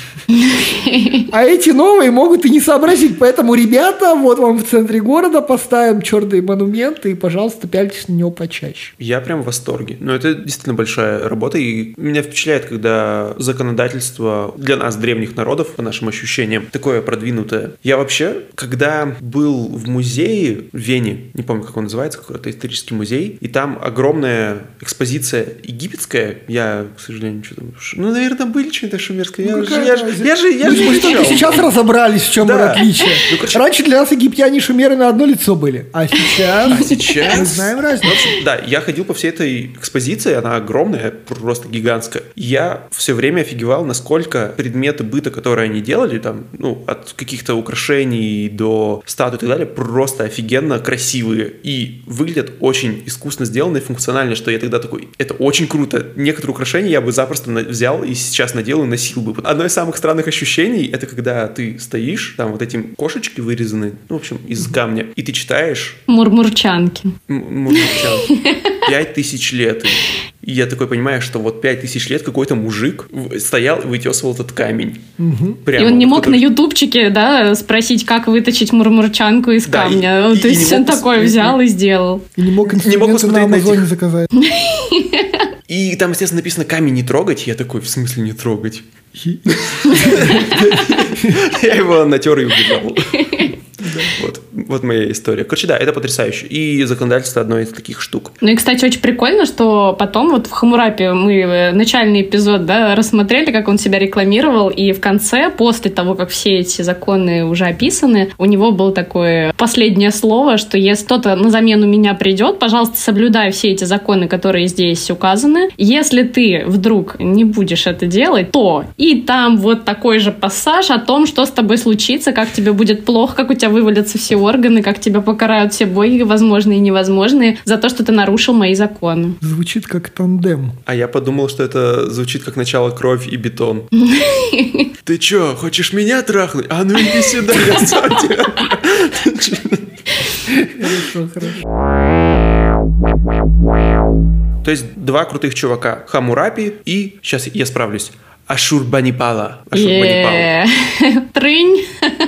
А эти новые могут и не сообразить. Поэтому, ребята, вот вам в центре города поставим черные монументы, и, пожалуйста, пяльтесь на него почаще. Я прям в восторге. Но это действительно большая работа, и меня впечатляет, когда законодательство для нас, древних народов, по нашим ощущениям, такое продвинутое. Я вообще, когда был в музее в Вене, не помню, как он называется, какой-то исторический музей, и там огромная экспозиция египетская, я, к сожалению, что-то... Ну, наверное, были что-то шумерское. Ну, я, же, я, же, я же, я мы же мы изучал. только сейчас разобрались, в чем Да. отличие. Ну, короче- Раньше для нас египтяне и шумеры на одно лицо были, а сейчас, А сейчас... мы знаем разницу. В общем, да, я ходил по всей этой экспозиции, она огромная, просто гигантская. Я все время офигевал, насколько предметы быта, которые они делали, там, ну, от каких-то украшений до статуй и так далее, просто офигенно красивые и выглядят очень искусно сделанные, функциональные, что я тогда такой, это очень круто. Некоторые украшения я бы запросто на- взял и сейчас надел и носил бы. Одно из самых странных ощущений, это когда ты стоишь, там вот эти кошечки вырезаны, ну, в общем, из камня, и ты читаешь Мурмурчанки. М- Мурмурчан. Пять тысяч лет. И я такой понимаю, что вот пять тысяч лет какой-то мужик в- стоял и вытесывал этот камень. Прямо И он не вот мог кто-то- на ютубчике, да, спросить, как выточить мурмурчанку из Да, камня. и- и- То и есть не он мог пос- такой взял и сделал. И не мог Не мог инструменты на посмотреть на Амазоне этих. заказать. И там, естественно, написано «камень не трогать». Я такой, в смысле не трогать? Я его натер и убежал. Вот, вот моя история. Короче, да, это потрясающе. И законодательство одной из таких штук. Ну и, кстати, очень прикольно, что потом вот в Хаммурапи мы э, начальный эпизод, да, рассмотрели, как он себя рекламировал, и в конце, после того, как все эти законы уже описаны, у него было такое последнее слово, что если кто-то на замену меня придет, пожалуйста, соблюдай все эти законы, которые здесь указаны. Если ты вдруг не будешь это делать, то и там вот такой же пассаж о том, что с тобой случится, как тебе будет плохо, как у тебя вывалятся все органы, как тебя покарают все боги, возможные и невозможные, за то, что ты нарушил мои законы. Звучит как тандем. А я подумал, что это звучит как начало «Кровь и бетон». Ты чё, хочешь меня трахнуть? А ну иди сюда, я сам тебя трахну. Хорошо, хорошо. То есть два крутых чувака. Хаммурапи и, сейчас я справлюсь, Ашурбанипала. Ашурбанипал. Е-е-е. Трынь.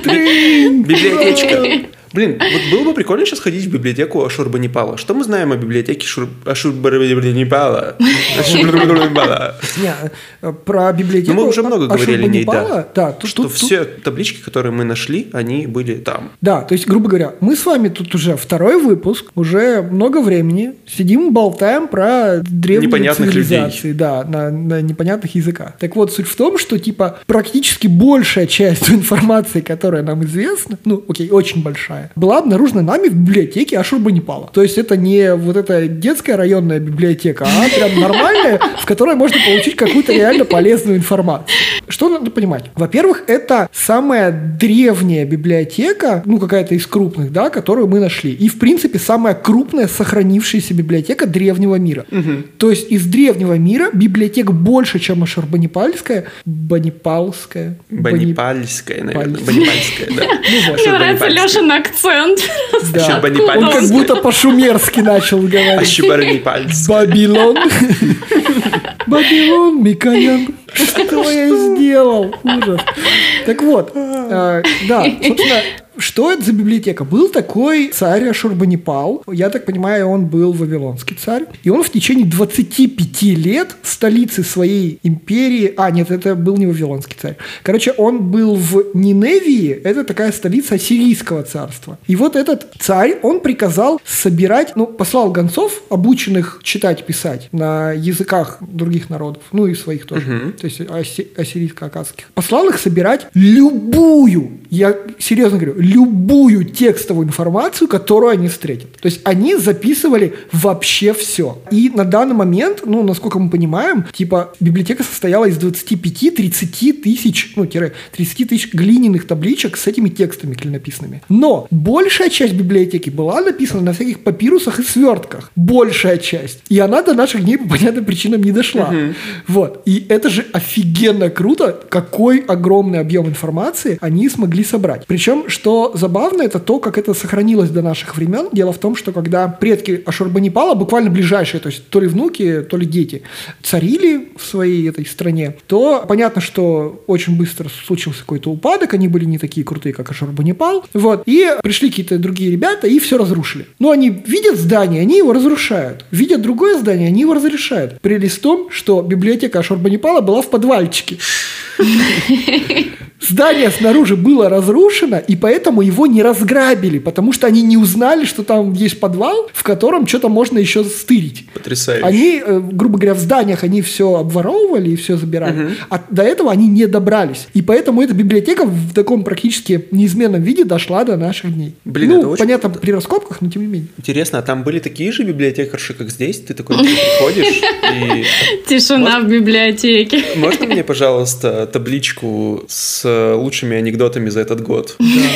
Библиотечка. Блин, вот было бы прикольно сейчас ходить в библиотеку Ашурбанипала. Что мы знаем о библиотеке Шур... Ашурбанипала? Ашурбанипала. Не, э, про библиотеку Ну, мы уже много говорили о ней, да. Ашурбанипала, да. Тут, Что тут- тут- все таблички, которые мы нашли, они были там. Да, то есть, грубо говоря, мы с вами тут уже второй выпуск, уже много времени сидим, болтаем про древние Непонятных цивилизации, да, на, на непонятных языках. Так вот, суть в том, что, типа, практически большая часть той информации, которая нам известна, ну, окей, очень большая, была обнаружена нами в библиотеке Ашурбанипала. То есть, это не вот эта детская районная библиотека, а прям нормальная, в которой можно получить какую-то реально полезную информацию. Что надо понимать? Во-первых, это самая древняя библиотека, ну, какая-то из крупных, да, которую мы нашли. И, в принципе, самая крупная сохранившаяся библиотека древнего мира. То есть, из древнего мира библиотек больше, чем Ашурбанипальская, Банипалская. Бани- Банипальская, наверное. Паль- Банипальская, да. Ну, вот. Мне нравится Ашурбанипальская. Лешин акцент. Да. Ашурбанипальская. Он как будто по-шумерски начал говорить. Ашурбанипальская. Бабилон. Бабилон, Микоян. Что я сделал? Ужас. Так вот, э, да, собственно, что это за библиотека? Был такой царь Ашурбанипал. Я так понимаю, он был вавилонский царь. И он в течение двадцати пяти лет столицы своей империи... А, нет, это был не вавилонский царь. Короче, он был в Ниневии. Это такая столица Ассирийского царства. И вот этот царь, он приказал собирать... Ну, послал гонцов, обученных читать, писать на языках других народов. Ну, и своих тоже. То есть асси- ассирийско-аккадских. Послал их собирать любую, я серьезно говорю, любую текстовую информацию, которую они встретят. То есть они записывали вообще все. И на данный момент, ну, насколько мы понимаем, типа, библиотека состояла из двадцати пяти тридцати тысяч, ну, тире, тридцати тысяч глиняных табличек с этими текстами клинописными. Но большая часть библиотеки была написана на всяких папирусах и свертках. Большая часть. И она до наших дней по понятным причинам не дошла. Вот. И это же офигенно круто, какой огромный объем информации они смогли собрать. Причем, что Но забавно это то, как это сохранилось до наших времен. Дело в том, что когда предки Ашурбанипала, буквально ближайшие, то есть то ли внуки, то ли дети, царили в своей этой стране, то понятно, что очень быстро случился какой-то упадок, они были не такие крутые, как Ашурбанипал, вот, и пришли какие-то другие ребята и все разрушили. Но они видят здание, они его разрушают. Видят другое здание, они его разрешают. Прелесть в том, что библиотека Ашурбанипала была в подвальчике. Здание снаружи было разрушено, и поэтому его не разграбили, потому что они не узнали, что там есть подвал, в котором что-то можно еще стырить. Потрясающе. Они, грубо говоря, в зданиях они все обворовывали и все забирали, угу. а до этого они не добрались. И поэтому эта библиотека в таком практически неизменном виде дошла до наших дней. Блин, ну, это очень... понятно, при раскопках, но тем не менее. Интересно, а там были такие же библиотекарши, как здесь? Ты такой приходишь и... Тишина в библиотеке. Можно мне, пожалуйста, табличку с лучшими анекдотами за этот год?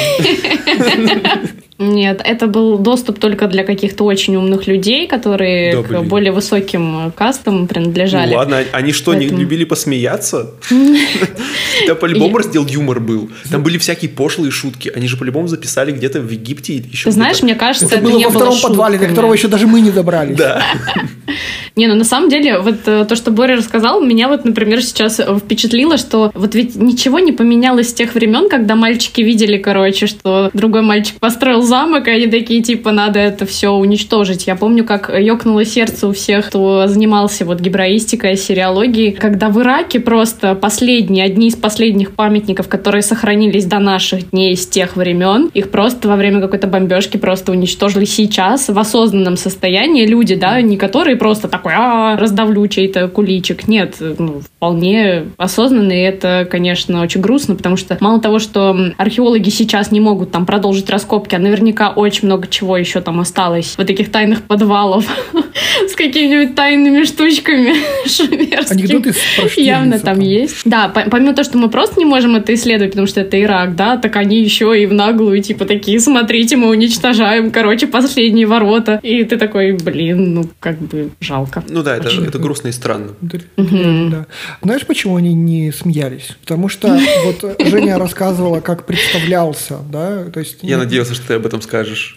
Нет, это был доступ только для каких-то очень умных людей, которые да, к более высоким кастам принадлежали. Ну ладно, они что, Поэтому... не любили посмеяться? Там по-любому раздел юмор был. Там были всякие пошлые шутки. Они же по-любому записали где-то в Египте. Ты знаешь, мне кажется, это было во втором подвале, до которого еще даже мы не добрались. Да. Не, ну на самом деле, вот то, что Боря рассказал, меня вот, например, сейчас впечатлило, что вот ведь ничего не поменялось с тех времен, когда мальчики видели, короче, что другой мальчик построил замок, и они такие, типа, надо это все уничтожить. Я помню, как ёкнуло сердце у всех, кто занимался вот гебраистикой, сириологией, когда в Ираке просто последние, одни из последних памятников, которые сохранились до наших дней с тех времен, их просто во время какой-то бомбежки просто уничтожили сейчас в осознанном состоянии люди, да, не которые просто такой, а раздавлю чей-то куличик. Нет, ну, вполне осознанно, и это, конечно, очень грустно, потому что мало того, что археологи сейчас не могут там продолжить раскопки, а наверняка очень много чего еще там осталось, вот таких тайных подвалов с какими-нибудь тайными штучками шумерскими. Явно там есть. Да, помимо того, что мы просто не можем это исследовать, потому что это Ирак, да, так они еще и в наглую, типа, такие, смотрите, мы уничтожаем, короче, последние ворота. И ты такой, блин, ну, как бы жалко. Ну да, это, это грустно и странно. Uh-huh. Да. Знаешь, почему они не смеялись? Потому что вот Женя рассказывала, как представлялся, да, то есть... Я надеялся, что ты об этом скажешь.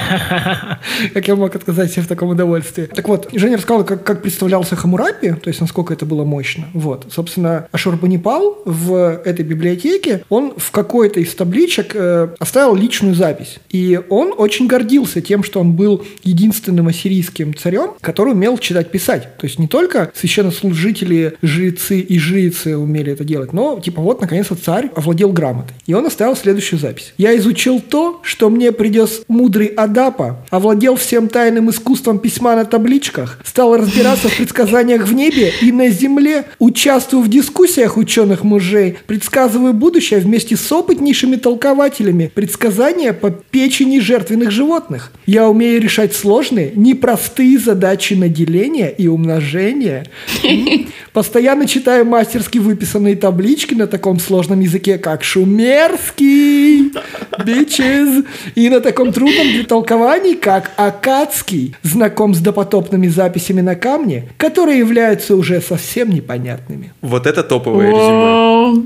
Как я мог отказать себе в таком удовольствии. Так вот, Женя рассказала, как, как представлялся Хаммурапи, то есть насколько это было мощно. Вот, собственно, Ашурбанипал в этой библиотеке, он в какой-то из табличек э, оставил личную запись. И он очень гордился тем, что он был единственным ассирийским царем, который умел читать, писать. То есть не только священнослужители, жрецы и жрицы умели это делать, но типа вот наконец-то царь овладел грамотой. И он оставил следующую запись. «Я изучил то, что мне придет мудрый Адапа, овладел всем тайным искусством письма на табличках, стал разбираться в предсказаниях в небе и на земле, участвую в дискуссиях ученых мужей, предсказываю будущее вместе с опытнейшими толкователями, предсказания по печени жертвенных животных. Я умею решать сложные, непростые задачи на деление и умножение. Постоянно читаю мастерски выписанные таблички на таком сложном языке, как шумерский, bitches, и на таком трудном для толкований, как аккадский, знаком с допотопными записями на камне, которые являются уже совсем непонятными». Вот это топовое резюме.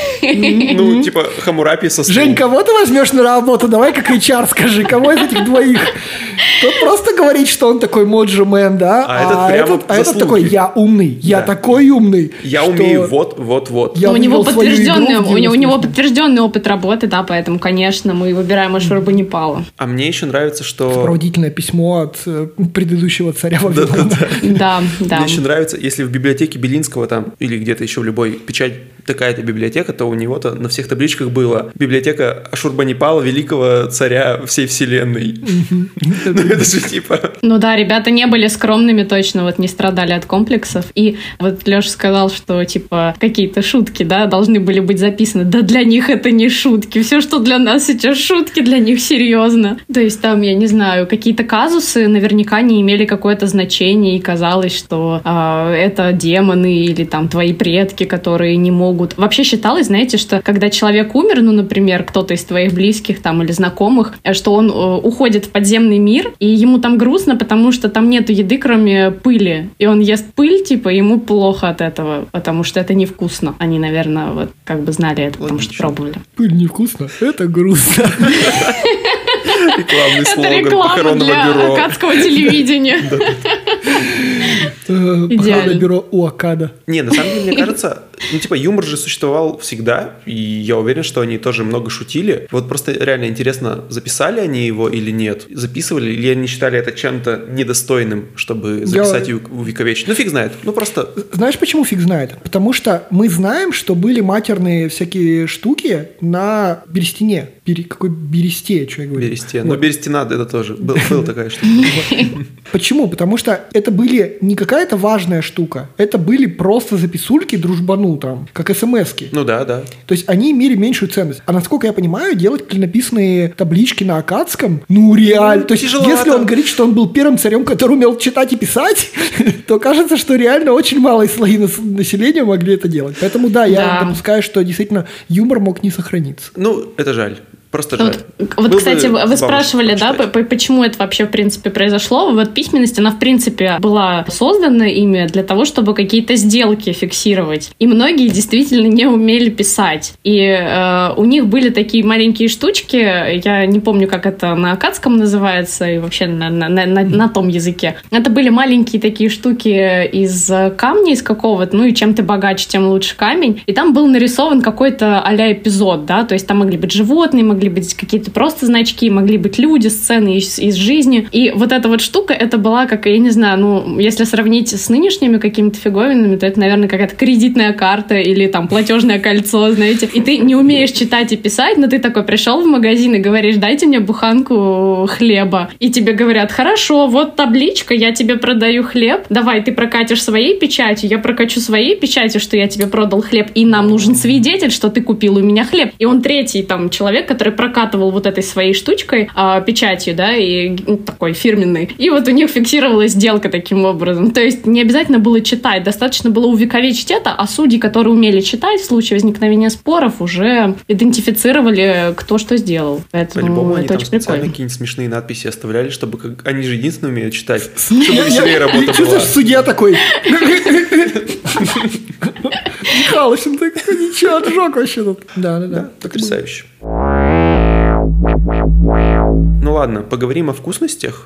Ну, типа Хаммурапи со стула. Жень, кого ты возьмешь на работу? Давай как эйч ар скажи, кого из этих двоих? Тот просто говорит, что он такой моджи-мен, да? А, а этот прямо а этот такой, я умный, я да. такой умный. Я что... умею вот, вот, вот. Я у него подтвержденный, у него, у него подтвержденный опыт работы, да, поэтому, конечно, мы выбираем Ашурбанипала. А мне еще нравится, что... Сопроводительное письмо от э, предыдущего царя Вавилона. Да, да. Мне еще нравится, если в библиотеке Белинского там, или где-то еще в любой печать такая-то библиотека, то у него-то на всех табличках было библиотека Ашурбанипала, великого царя всей вселенной. Ну это же типа... Ну да, ребята не были скромными точно, вот не страдали от комплексов. И вот Леша сказал, что типа какие-то шутки, да, должны были быть записаны. Да для них это не шутки. Все, что для нас сейчас шутки, для них серьезно. То есть там, я не знаю, какие-то казусы наверняка не имели какое-то значение, и казалось, что э, это демоны или там твои предки, которые не могут... Вообще считалось, знаете, что когда человек умер, ну, например, кто-то из твоих близких там или знакомых, что он э, уходит в подземный мир, и ему там грустно, потому что там нету еды, кроме пыли. И он ест пыль, типа, и ему плохо от этого, потому что это невкусно. Они, наверное, вот как бы знали это, потому что пробовали. Пыль невкусно, это грустно. Рекламный слоган Это реклама похоронного для бюро. акадского телевидения. Похоронное бюро у Акада. Не, на самом деле, мне кажется, ну, типа, юмор же существовал всегда, и я уверен, что они тоже много шутили. Вот просто реально интересно, записали они его или нет? Записывали, или они считали это чем-то недостойным, чтобы записать и увековечить? Ну, фиг знает. Ну, просто... Знаешь, почему фиг знает? Потому что мы знаем, что были матерные всякие штуки на берестине. Бере... Какой бересте, что я говорю? Бересте. Вот. Но берестина это тоже. Был, была такая штука. Почему? Потому что это были не какая-то важная штука. Это были просто записульки дружбану там, как смс-ки. Ну да, да. То есть они имели меньшую ценность. А насколько я понимаю, делать клинописные таблички на акадском, ну реально. То есть тяжеловато. если он говорит, что он был первым царем, который умел читать и писать, то кажется, что реально очень малые слои нас- населения могли это делать. Поэтому да, я Да. допускаю, что действительно юмор мог не сохраниться. Ну, это жаль. Просто жаль. Вот, вот, Был кстати, бы вы забавно спрашивали, да, почитать. по- по- почему это вообще, в принципе, произошло. Вот письменность, она, в принципе, была создана ими для того, чтобы какие-то сделки фиксировать. И многие действительно не умели писать. И э, у них были такие маленькие штучки, я не помню, как это на акадском называется, и вообще на, на, на, на- на том языке. Это были маленькие такие штуки из камня, из какого-то, ну и чем ты богаче, тем лучше камень. И там был нарисован какой-то а-ля эпизод, да, то есть там могли быть животные, могли быть какие-то просто значки, могли быть люди, сцены из, из жизни. И вот эта вот штука, это была как, я не знаю, ну, если сравнить с нынешними какими-то фиговинами, то это, наверное, какая-то кредитная карта или там платежное кольцо, знаете. И ты не умеешь читать и писать, но ты такой пришел в магазин и говоришь, дайте мне буханку хлеба. И тебе говорят, хорошо, вот табличка, я тебе продаю хлеб, давай ты прокатишь своей печатью, я прокачу своей печатью, что я тебе продал хлеб, и нам нужен свидетель, что ты купил у меня хлеб. И он третий там человек, который прокатывал вот этой своей штучкой, а, печатью, да, и ну, такой фирменной. И вот у них фиксировалась сделка таким образом. То есть не обязательно было читать, достаточно было увековечить это, а судьи, которые умели читать, в случае возникновения споров уже идентифицировали, кто что сделал. Поэтому По-любому они это там очень специально прикольно. какие-нибудь смешные надписи оставляли, чтобы как... они же единственные умеют читать, чтобы веселее работа была. Чувствуешь, судья такой... Михалыч, он так ничего, отжег вообще тут. Да, да, да. Потрясающе. Ну ладно, поговорим о вкусностях.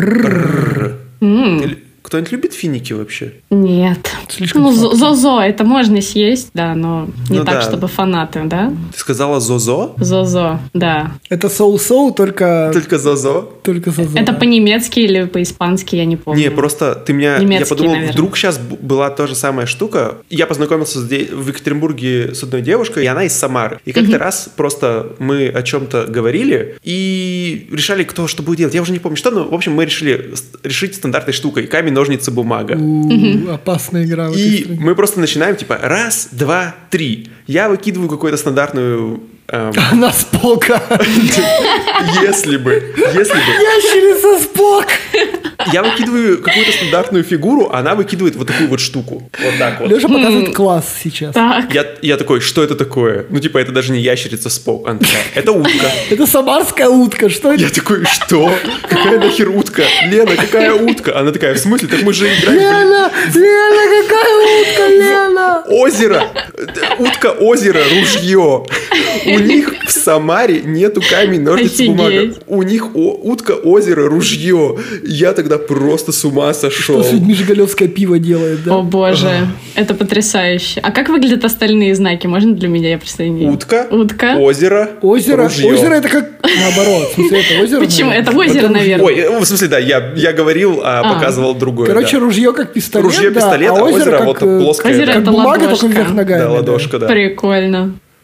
М, Ты- Кто-нибудь любит финики вообще? Нет. Слишком Ну, сладко. зо- зозо, это можно съесть, да, но не Ну так, да. чтобы фанаты, да? Ты сказала зозо? Зозо, да. Это соу-соу, только... Только зозо? Только зозо. Это по-немецки или по-испански, я не помню. Не, просто ты меня... Я Немецкий, подумал, наверное. вдруг сейчас была та же самая штука. Я познакомился с де- в Екатеринбурге с одной девушкой, и она из Самары. И как-то раз просто мы о чем-то говорили и решали, кто что будет делать. Я уже не помню, что, но, в общем, мы решили с- решить стандартной штукой. Камень, ножницы, бумага. У, опасная игра в этой И стране. мы просто начинаем, типа, раз, два, три. Я выкидываю какую-то стандартную... эм, Она Спока. если бы, если бы. Ящерица Спок. Я выкидываю какую-то стандартную фигуру, а она выкидывает вот такую вот штуку. Вот так вот. Леша показывает класс сейчас. Так. Я, я такой, что это такое? Ну, типа, это даже не ящерица Спок. Она такая, это утка. Это самарская утка. Что это? Я такой, что? Какая нахер утка? Лена, какая утка? Она такая, в смысле? Так мы же играем Лена, Лена, какая утка, Лена? в озеро. Утка, озеро, ружье. У них в Самаре нету камень, ножницы, бумага. Офигеть. У них о- утка, озеро, ружье. Я тогда просто с ума сошел. Что сегодня Межгалевское пиво делает, О да? боже, это потрясающе. А как выглядят остальные знаки? Можно для меня? Я просто не... Утка, Утка. озеро, Озеро, ружье. озеро это как наоборот. В смысле, это озеро. Почему? наверное. Это озеро, Потому- наверное. Ой, э, в смысле, да, я, я говорил, а, А. показывал другое. Короче, да. ружье как пистолет, Ружье, да, пистолет, а а озеро озеро как, вот э, плоское. Озеро да. как это бумага, ладошка. только вверх ногами. Да, ладошка, да. Прикольно.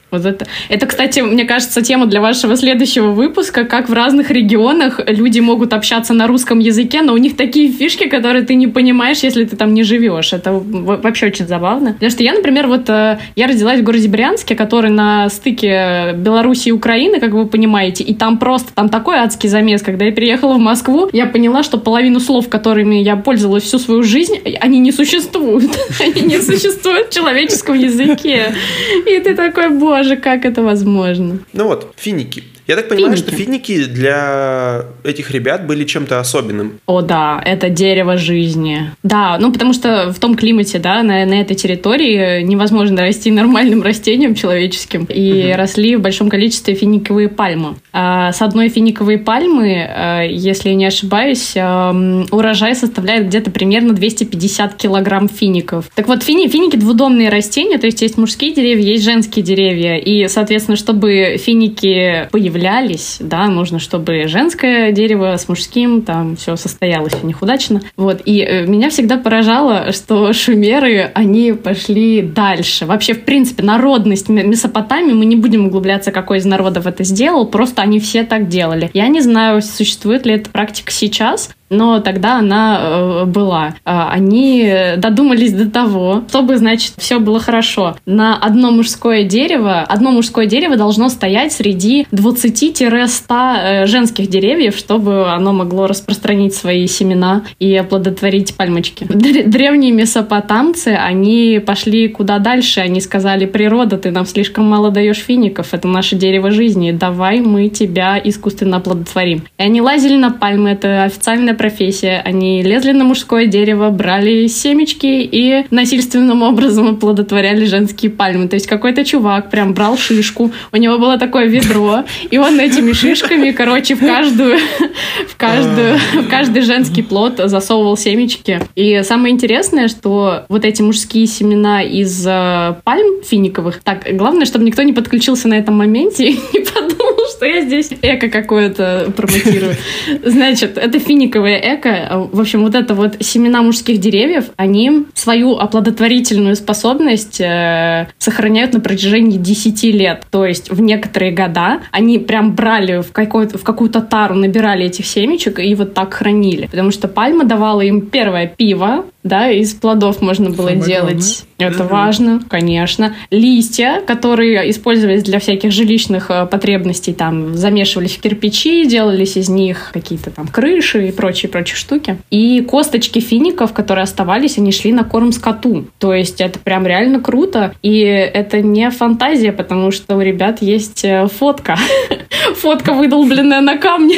Вот это. Это, кстати, мне кажется, тема для вашего следующего выпуска, как в разных регионах люди могут общаться на русском языке, но у них такие фишки, которые ты не понимаешь, если ты там не живешь. Это вообще очень забавно. Потому что я, например, вот я родилась в городе Брянске, который на стыке Беларуси и Украины, как вы понимаете, и там просто, там такой адский замес. Когда я переехала в Москву, я поняла, что половину слов, которыми я пользовалась всю свою жизнь, они не существуют. Они не существуют в человеческом языке. И ты такой, боже, Боже, как это возможно? Ну вот, финики. Я так понимаю, Финики. что финики для этих ребят были чем-то особенным. О, да, это дерево жизни. Да, ну потому что в том климате, да, на, на этой территории невозможно расти нормальным растением человеческим. И угу. росли в большом количестве финиковые пальмы. А с одной финиковой пальмы, если я не ошибаюсь, урожай составляет где-то примерно двести пятьдесят килограмм фиников. Так вот, фини, финики двудомные растения, то есть есть мужские деревья, есть женские деревья. И, соответственно, чтобы финики появлялись, да, нужно, чтобы женское дерево с мужским, там все состоялось у них удачно. Вот. И э, меня всегда поражало, что шумеры, они пошли дальше. Вообще, в принципе, народность Месопотамии, мы не будем углубляться, какой из народов это сделал, просто они все так делали. Я не знаю, существует ли эта практика сейчас, но тогда она э, была. Э, они додумались до того, чтобы, значит, все было хорошо. На одно мужское дерево, одно мужское дерево должно стоять среди двадцати-ста э, женских деревьев, чтобы оно могло распространить свои семена и оплодотворить пальмочки. Древние месопотамцы, они пошли куда дальше. Они сказали: природа, ты нам слишком мало даешь фиников, это наше дерево жизни, давай мы тебя искусственно оплодотворим. И они лазили на пальмы, это официальная профессия. Они лезли на мужское дерево, брали семечки и насильственным образом оплодотворяли женские пальмы. То есть какой-то чувак прям брал шишку, у него было такое ведро, и он этими шишками, короче, в каждую, в каждую, в каждый женский плод засовывал семечки. И самое интересное, что вот эти мужские семена из э, пальм финиковых, так, главное, чтобы никто не подключился на этом моменте и не подумал, что я здесь эко какое-то промотирую. Значит, это финиковое эко. В общем, вот это вот семена мужских деревьев, они свою оплодотворительную способность э, сохраняют на протяжении десяти лет. То есть в некоторые года они прям брали в, какой-то, в какую-то тару, набирали этих семечек и вот так хранили. Потому что пальма давала им первое пиво, да, из плодов можно было Самое делать. Главное. Это mm-hmm. важно, конечно. Листья, которые использовались для всяких жилищных э, потребностей, там замешивались в кирпичи, делались из них какие-то там крыши и прочие-прочие штуки. И косточки фиников, которые оставались, они шли на корм скоту. То есть это прям реально круто. И это не фантазия, потому что у ребят есть фотка. Фотка, выдолбленная на камне.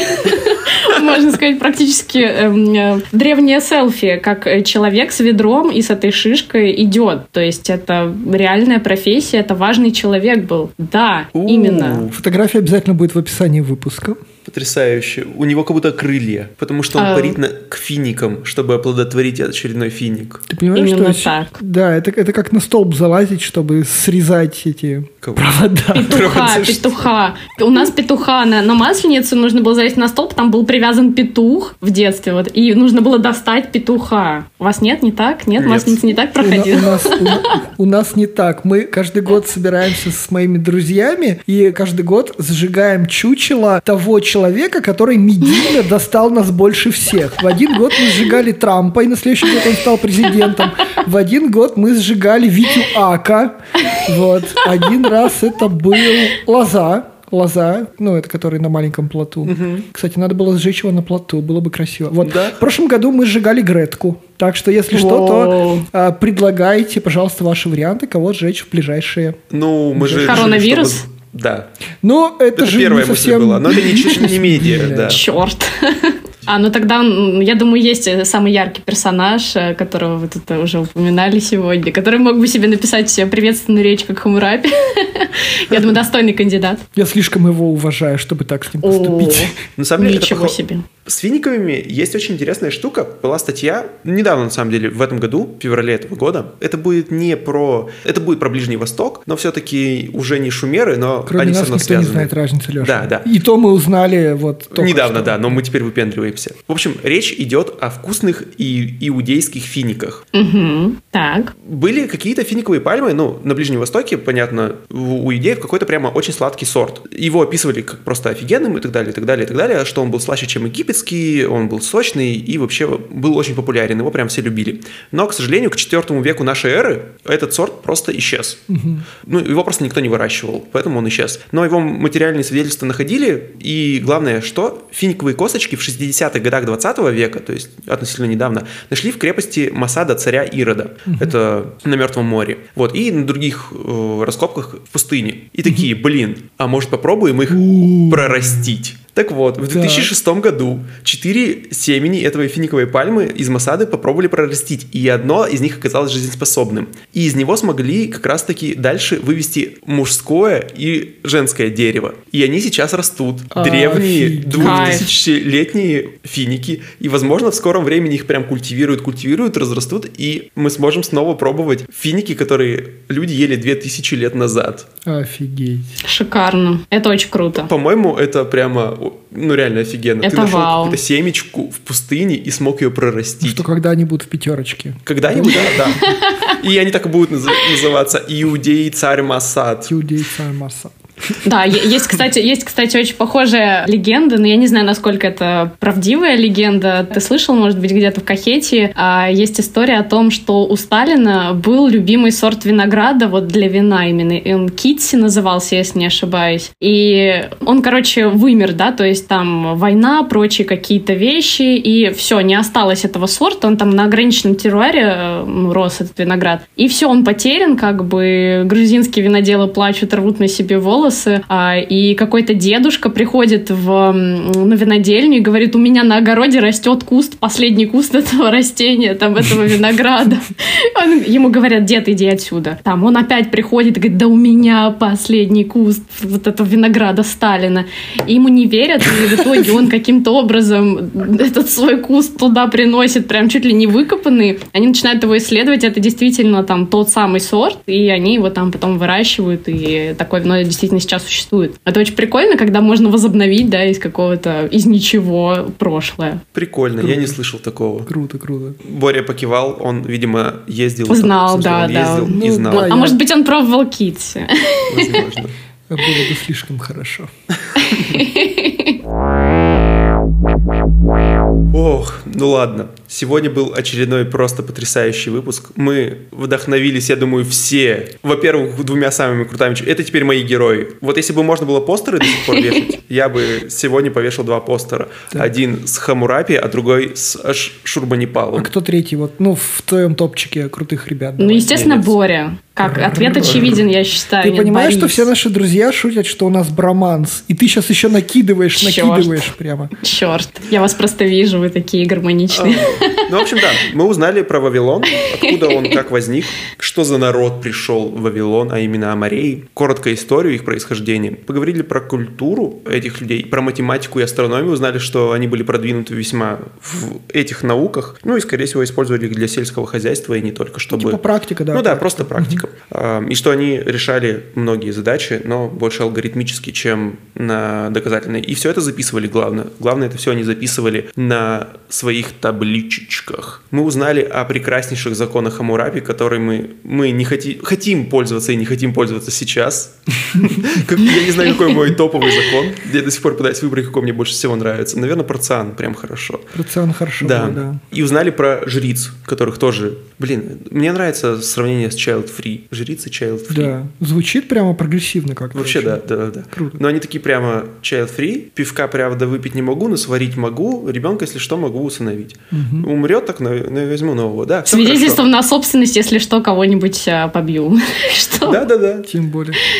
Можно сказать, практически древнее селфи, как человек с ведром и с этой шишкой идет. То есть это реальная профессия, это важный человек был. Да, именно. Фотография обязательно будет в описании выпуска. Потрясающе. У него как будто крылья, потому что он а... парит на, к финикам, чтобы оплодотворить очередной финик. Ты понимаешь, Именно что так. Да, это, это как на столб залазить, чтобы срезать эти Кого? провода. Петуха, петуха. У нас петуха на, на Масленицу нужно было залезть на столб, там был привязан петух в детстве, вот, и нужно было достать петуха. У вас нет, не так? Нет, нет. Масленица не так проходила? У, у, нас, у, у нас не так. Мы каждый год собираемся с моими друзьями и каждый год сжигаем чучело того человека, который медийно достал нас больше всех. В один год мы сжигали Трампа, и на следующий год он стал президентом. В один год мы сжигали Витю Ака. Вот. Один раз это был Лоза. Лоза, ну, это который на маленьком плоту. Угу. Кстати, надо было сжечь его на плоту, было бы красиво. Вот. Да? В прошлом году мы сжигали Гретку. Так что, если Воу. что, то а, предлагайте, пожалуйста, ваши варианты, кого сжечь в ближайшие... Ну, мы же... Коронавирус? Решили, чтобы... Да. Но это, это же первая не совсем... мысль была, но это не, не медиа, да. Черт. А, ну тогда, я думаю, есть самый яркий персонаж, которого вы тут уже упоминали сегодня, который мог бы себе написать приветственную речь, как Хаммурапи. Я думаю, достойный кандидат. Я слишком его уважаю, чтобы так с ним поступить. На самом деле, Ничего себе. С финиковыми есть очень интересная штука. Была статья, недавно, на самом деле, в этом году, в феврале этого года. Это будет не про... Это будет про Ближний Восток, но все-таки уже не шумеры, но Кроме они нас все равно никто связаны. не знает разницы, Леша. Да, да. И то мы узнали вот только Недавно, что. да, но мы теперь выпендриваемся. В общем, речь идет о вкусных и иудейских финиках. Угу. Так. Были какие-то финиковые пальмы, ну, на Ближнем Востоке, понятно, у иудеев какой-то прямо очень сладкий сорт. Его описывали как просто офигенным и так далее, и так далее, и так далее, что он был слаще, чем египетский, он был сочный и вообще был очень популярен, его прям все любили. Но, к сожалению, к четвертому веку нашей эры этот сорт просто исчез. Угу. Ну, его просто никто не выращивал, поэтому он исчез. Но его материальные свидетельства находили, и главное, что финиковые косточки в шестидесятых годах двадцатого века, то есть относительно недавно, нашли в крепости Масада царя Ирода. Угу. Это на Мертвом море. Вот, и на других э, раскопках в пустыне. И такие, блин, а может попробуем их прорастить? Так вот, в две тысячи шестом году четыре семени этой финиковой пальмы из Масады попробовали прорастить, и одно из них оказалось жизнеспособным. И из него смогли как раз-таки дальше вывести мужское и женское дерево. И они сейчас растут. А, древние двухтысячелетние финики. И, возможно, в скором времени их прям культивируют, культивируют, разрастут, и мы сможем снова пробовать финики, которые люди ели две тысячи лет назад. Офигеть. Шикарно. Это очень круто. По-моему, это прямо... Ну, реально офигенно. Это Ты нашел вау. какую-то семечку в пустыне и смог ее прорастить. Что когда они будут в пятерочке. Когда-нибудь, да, да. И они так и будут называться Иудей царь Масад. Иудей царь Масад. Да, есть, кстати, есть, кстати, очень похожая легенда, но я не знаю, насколько это правдивая легенда. Ты слышал, может быть, где-то в Кахетии есть история о том, что у Сталина был любимый сорт винограда вот для вина именно. И он Китси назывался, если не ошибаюсь. И он, короче, вымер, да, то есть там война, прочие какие-то вещи, и все, не осталось этого сорта. Он там на ограниченном теруаре ну, рос этот виноград. И все, он потерян, как бы грузинские виноделы плачут, рвут на себе волосы. И какой-то дедушка приходит в, на винодельню и говорит: у меня на огороде растет куст, последний куст этого растения, там, этого винограда. Он, ему говорят: дед, иди отсюда. Там он опять приходит и говорит: да у меня последний куст вот этого винограда Сталина. И ему не верят, и в итоге он каким-то образом этот свой куст туда приносит, прям чуть ли не выкопанный. Они начинают его исследовать, это действительно там тот самый сорт, и они его там потом выращивают, и такое вино действительно сейчас существует. Это очень прикольно, когда можно возобновить, да, из какого-то, из ничего прошлое. Прикольно, Круто. Я не слышал такого. Круто, круто. Боря покивал, он, видимо, ездил. Знал, там, да, он да. ездил Ну, и знал. да, А я- может быть, он пробовал Китси. Возможно. Было бы слишком хорошо. Ох, ну ладно. Сегодня был очередной просто потрясающий выпуск. Мы вдохновились, я думаю, все. Во-первых, двумя самыми крутыми. Это теперь мои герои. Вот если бы можно было постеры до сих пор вешать, я бы сегодня повешал два постера. Так. Один с Хаммурапи, а другой с Ш- Шурбанипалом. А кто третий? Вот, ну, в твоем топчике крутых ребят. Ну, давай. естественно, Нет. Боря. Как ответ очевиден, я считаю. Ты Нет, понимаешь, что Борис. все наши друзья шутят, что у нас броманс, и ты сейчас еще накидываешь, Чёрт. накидываешь прямо. Черт, я вас просто вижу, вы такие гармоничные. Ну, в общем, да, мы узнали про Вавилон, откуда он, как возник, что за народ пришел в Вавилон, а именно амореи, коротко историю их происхождения. Поговорили про культуру этих людей, про математику и астрономию, узнали, что они были продвинуты весьма в этих науках, ну и, скорее всего, использовали их для сельского хозяйства и не только, чтобы... Типа практика, да. Ну да, практика. просто практика. А, И что они решали многие задачи, но больше алгоритмически, чем на доказательные. И все это записывали, главное. Главное, это все они записывали на своих табличечках. Мы узнали о прекраснейших законах Хаммурапи, которые мы, мы не хотим, хотим пользоваться и не хотим пользоваться сейчас. Как- Я не знаю, какой мой топовый закон. Я до сих пор пытаюсь выбрать, какой мне больше всего нравится. Наверное, про циан прям хорошо. Рацион хорошо Да. было, да. И узнали про жриц, которых тоже... Блин, мне нравится сравнение с Child Free. Жрицы Child Free. Да. Звучит прямо прогрессивно как-то. Вообще, очень. да, да, да. Круто. Но они такие прямо child free, пивка, правда, выпить не могу, но сварить могу, ребенка, если что, могу усыновить. Умрет, так на, на- возьму нового, да. всё Свидетельство на собственность, если что, кого-нибудь а, побью. Что? хорошо. Да, да, да. Тем более.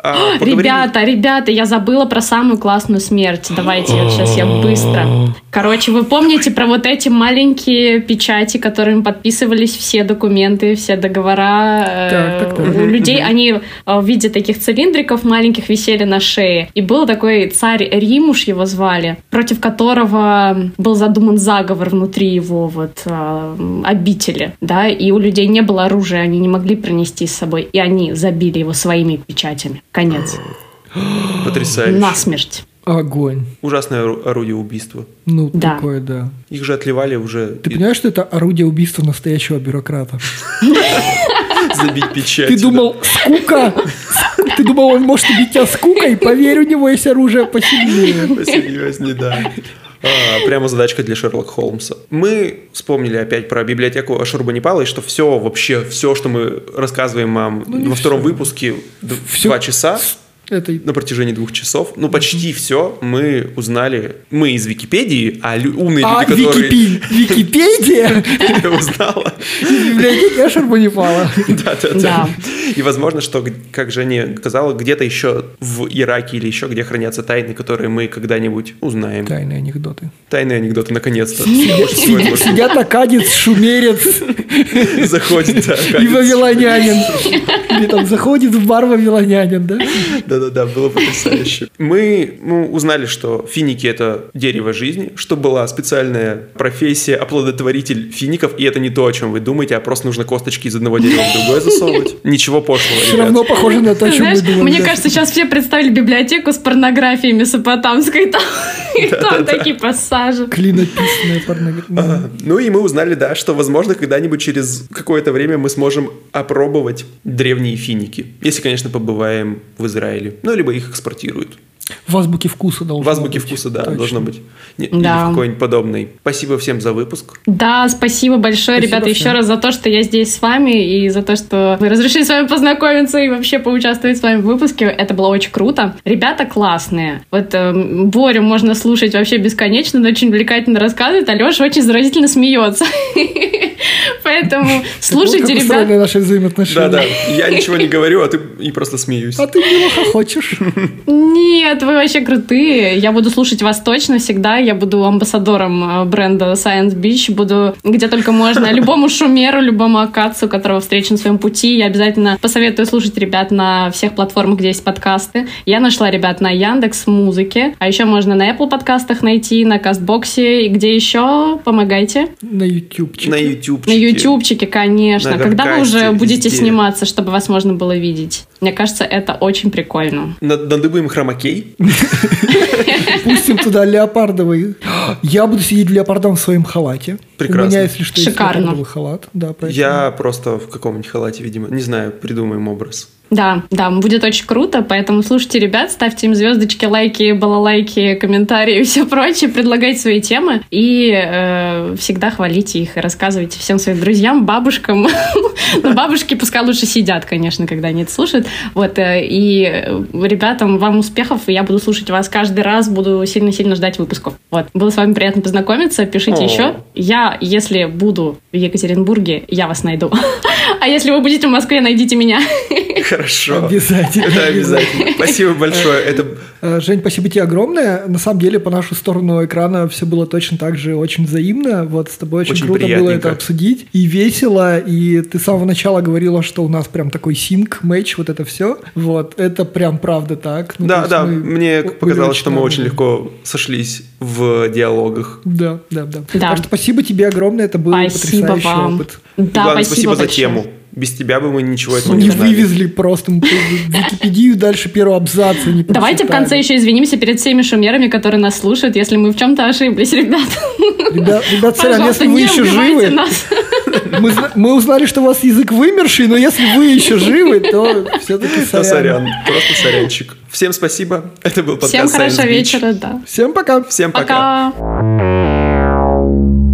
А, поговорили... Ребята, ребята, я забыла про самую классную смерть. Давайте, вот сейчас я быстро. Короче, вы помните про вот эти маленькие печати, которыми подписывались все документы, все договора Так, так, так. у людей? Они в виде таких цилиндриков маленьких висели на шее. И был такой царь Римуш, его звали, против которого был задуман заговор внутри его вот обители, да, и у людей не было оружия, они не могли пронести с собой, и они забили его своими печатями. Конец. Потрясающе. Насмерть. Огонь. Ужасное ору- орудие убийства. Ну, Да. такое, да. Их же отливали уже. Ты понимаешь, что это орудие убийства настоящего бюрократа? Забить печать. Ты думал, скука? Ты думал, он может убить тебя скукой? Поверь, у него есть оружие посильнее. Посерьезнее, да. А, прямо задачка для Шерлока Холмса. Мы вспомнили опять про библиотеку Ашурбанипала, и что все, вообще все, что мы рассказываем вам Ну, не во втором всё. выпуске, д- Всё. два часа, Это... на протяжении двух часов, ну почти все мы узнали, мы из Википедии, а лю- умные А, люди, которые Википи- Википедия? узнала. Библиотека Ашурбанипала. Да-да-да. Да. И возможно, что, г- как Женя сказала, где-то еще в Ираке или еще где хранятся тайны, которые мы когда-нибудь узнаем. Тайные анекдоты. Тайные анекдоты, наконец-то. Больше всего Сидят, этого сидят акадец, шумерец заходит, да, и кажется. вавилонянин. Или там заходит в бар вавилонянин, да? Да-да-да, было потрясающе. Мы ну, узнали, что финики – это дерево жизни, что была специальная профессия оплодотворитель фиников, и это не то, о чем вы думаете, а просто нужно косточки из одного дерева в другое засовывать. Ничего пошлого, Все ребят. равно похоже на то, о чем мы Знаешь, думали. мне да. кажется, сейчас все представили библиотеку с порнографией месопотамской. Там, и там такие пассажи. Клинописная порнография. Ага. Ну и мы узнали, да, что, возможно, когда-нибудь через какое-то время мы сможем опробовать древние финики. Если, конечно, побываем в Израиле. Ну, либо их экспортируют. В азбуке вкуса должно В азбуке быть. вкуса, да, Точно. должно быть. Не- Да. Или в какой-нибудь подобной. Спасибо всем за выпуск. Да, спасибо большое, Спасибо ребята, еще всем. раз за то, что я здесь с вами, и за то, что вы разрешили с вами познакомиться и вообще поучаствовать с вами в выпуске. Это было очень круто. Ребята классные. Вот э, Борю можно слушать вообще бесконечно, но очень увлекательно рассказывает, а Леша очень заразительно смеется. Поэтому слушайте, Вот как ребят. устроены наши взаимоотношения. Да-да, я ничего не говорю, а ты и просто смеюсь. А ты неплохо хочешь. Нет, вы вообще крутые. Я буду слушать вас точно всегда. Я буду амбассадором э, бренда Science Beach. Буду где только можно. Любому шумеру, любому акацию, которого встречу на своем пути, я обязательно посоветую слушать ребят на всех платформах, где есть подкасты. Я нашла ребят на Яндекс.Музыке. А еще можно на Apple подкастах найти, на Кастбоксе. И где еще? Помогайте. На ютубчике. На ютубчике. На ютубчике, конечно. На Когда вы уже Веркасте, будете везде. сниматься, чтобы вас можно было видеть? Мне кажется, это очень прикольно. Над- Надыбаем хромакей. Пустим туда леопардовый. Я буду сидеть в леопардовом своем халате. Прекрасно. У меня, если что, есть Шикарно. леопардовый халат. Да, поэтому- Я просто в каком-нибудь халате, видимо. Не знаю, придумаем образ. Да, да, будет очень круто, поэтому слушайте ребят, ставьте им звездочки, лайки, балалайки, комментарии и все прочее, предлагайте свои темы и э, всегда хвалите их и рассказывайте всем своим друзьям, бабушкам. Ну, бабушки пускай лучше сидят, конечно, когда они это слушают. Вот, э, и э, ребятам, вам успехов, и я буду слушать вас каждый раз, буду сильно-сильно ждать выпусков. Вот, было с вами приятно познакомиться, пишите О. еще. Я, если буду в Екатеринбурге, я вас найду. А если вы будете в Москве, найдите меня. Хорошо. Обязательно. Это обязательно. Спасибо большое. Это Э, Жень, спасибо тебе огромное. На самом деле, по нашу сторону экрана все было точно так же очень взаимно. Вот с тобой очень, Очень круто было приятненько. это обсудить. И весело. И ты с самого начала говорила, что у нас прям такой синк, матч, вот это все. Вот, это прям правда так. Ну, то Да, есть да, мы мне были показалось, что мы на очень уровне. легко сошлись в диалогах. Да, да, да. Да. Так что спасибо тебе огромное. Это был Спасибо потрясающий вам. опыт. Да, Главное, спасибо, за большое. тему. Без тебя бы мы ничего этого не Не узнали. вывезли просто мы в Википедию дальше первого абзаца не Давайте в конце прочитали. еще извинимся перед всеми шумерами, которые нас слушают, если мы в чем-то ошиблись, ребят. Ребят, ребят, сорян, Пожалуйста, если вы не еще убивайте живы, нас. мы, зна- мы узнали, что у вас язык вымерший, но если вы еще живы, то все-таки Да, сорян. сорян, просто сорянчик. Всем спасибо. Это был подкаст Всем хорошего Science Beach. вечера, да. Всем пока. Всем пока. Пока.